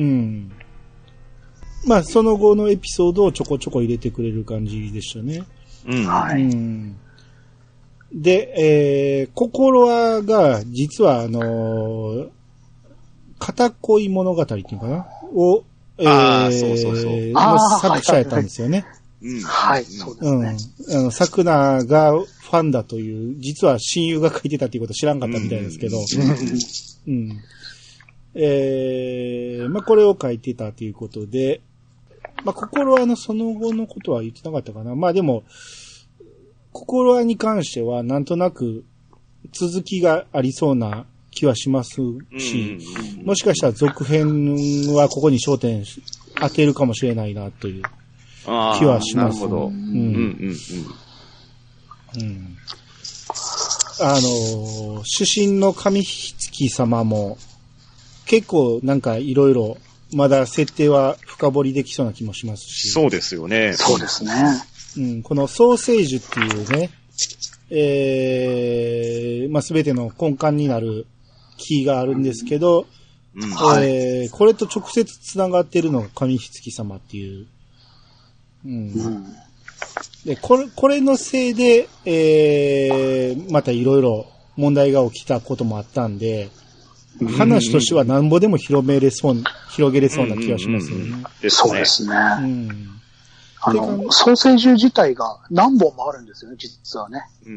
まあ、その後のエピソードをちょこちょこ入れてくれる感じでしたね。 うん。 はい。 うん、で、えー、心はが、実は、あのー、片恋物語っていうかなを、えー、 あそうそうそう。 の作者やったんですよね。 うん、はい、そうですね。 うん。あの、桜がファンだという、実は親友が書いてたっていうこと知らんかったみたいですけど。うん。うん、えー、まあ、これを書いてたということで、まあ、心はのその後のことは言ってなかったかな。まあ、でも、心はに関してはなんとなく続きがありそうな気はしますし、もしかしたら続編はここに焦点当てるかもしれないなという気はします。 なるほど。うん。うんうんうん。あの、主神の神月様も結構なんかいろいろまだ設定は深掘りできそうな気もしますし。 そうですよね。 そうですね。 うん、このソーセージっていうね、えー、まあ、すべての根幹になるキーがあるんですけど、 うんうんえー、これと直接繋がってるのが神月様っていう。うん。うん、で、これ、これのせいで、えー、またいろいろ問題が起きたこともあったんで、話としてはなんぼでも広めれそう、広げれそうな気がしますよね。うんうんうん、そうですね。 うんあの、ソーセージ自体が何本もあるんですよね、実はね。 うん。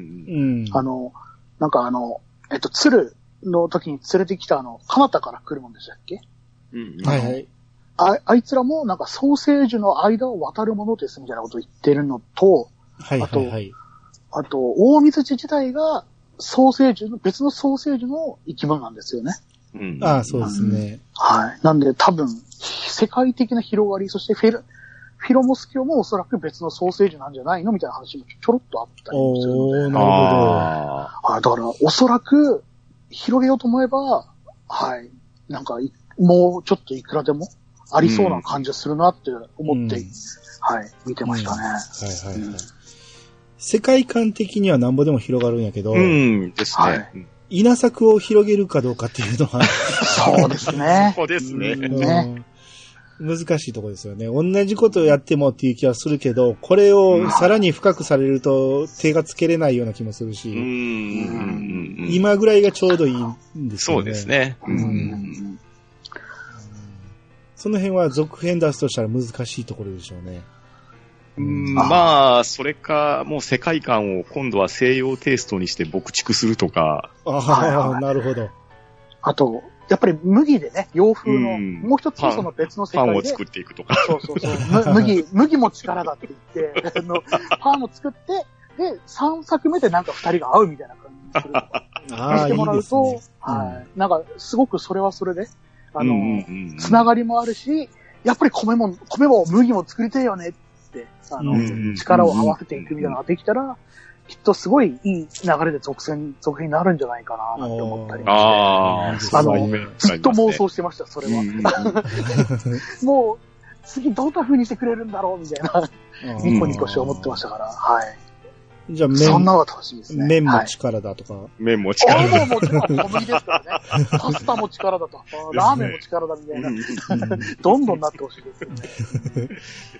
あの、なんかあの、えっと、鶴の時に連れてきたあの、カナタから来るもんでしたっけ？ うん。 はいはい。 あ、あいつらもなんかソーセージの間を渡るものですみたいなことを言ってるのと、 はいはいはい。 あと、あと、大水地自体がソーセージの、別のソーセージの生き物なんですよね。 うん。 ああ、そうですね。 はい。なんで多分、世界的な広がり、そしてフェル、フィロモス教もおそらく別のソーセージなんじゃないのみたいな話もちょろっとあったりもするので。 おー、なるほど。 ああ、だから、おそらく、広げようと思えば、はい。なんか、もうちょっといくらでもありそうな感じするなって思って、うん、はい、見てましたね。うん、 はいはいはい。うん、世界観的にはなんぼでも広がるんやけど、 うん、ですね。はい稲作を広げるかどうかっていうのはそうですね。 そうですね。 ね難しいところですよね。同じことをやってもっていう気はするけど、これをさらに深くされると手がつけれないような気もするし、うん今ぐらいがちょうどいいんですよね。 そうですね。うんうんその辺は続編出すとしたら難しいところでしょうね。 うんまあ、それか、もう世界観を今度は西洋テイストにして牧畜するとか。 ああ、はいはい、なるほど。 あと、やっぱり麦でね、洋風の、もう一つその別の世界で。 パンを作っていくとか。 そうそうそう。麦、麦も力だって言って、あのパンを作って、で、さんさくめでなんか二人が会うみたいな感じにするとか。してもらうと、いいね、はい。なんか、すごくそれはそれで、あの、つながりもあるし、やっぱり米も、米も麦も作りたいよね。あの、うん、力を合わせていくみたいなのができたら、うん、きっとすごいいい流れで続編、続編になるんじゃないかな、なんて思ったりして。ああの、ずっと妄想してました、それは。うん、もう、次どんな風にしてくれるんだろう、みたいな、ニコニコして思ってましたから、はい。 じゃあ、麺、 そんなのが楽しみですね。 麺も力だとか。はい、 麺も力だ。 ああ、もうもちろん小麦ですからね。パスタも力だと。ラーメンも力だみたいな。どんどんなってほしいですよね。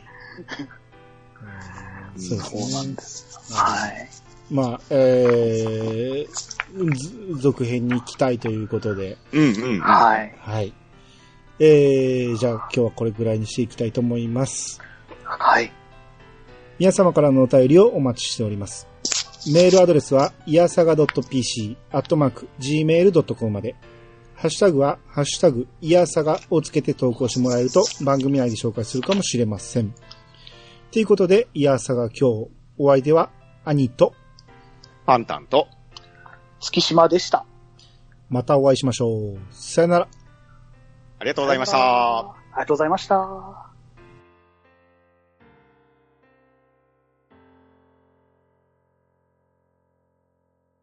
そうですね。 そうなんです。はい。 まあ、えー、続編に期待ということで。 うんうん。 はい。 はい。えー、じゃあ今日はこれぐらいにしていきたいと思います。 はい。 皆様からのお便りをお待ちしております。メールアドレスは、いやさが .pc、アットマーク、ジーメールドットコム まで。ハッシュタグは、ハッシュタグ、いやさがをつけて投稿してもらえると番組内で紹介するかもしれません。ということで、いやさが今日、お相手は、兄と、 パンタンと、 月島でした。 またお会いしましょう。さよなら。 ありがとうございました。 ありがとうございました。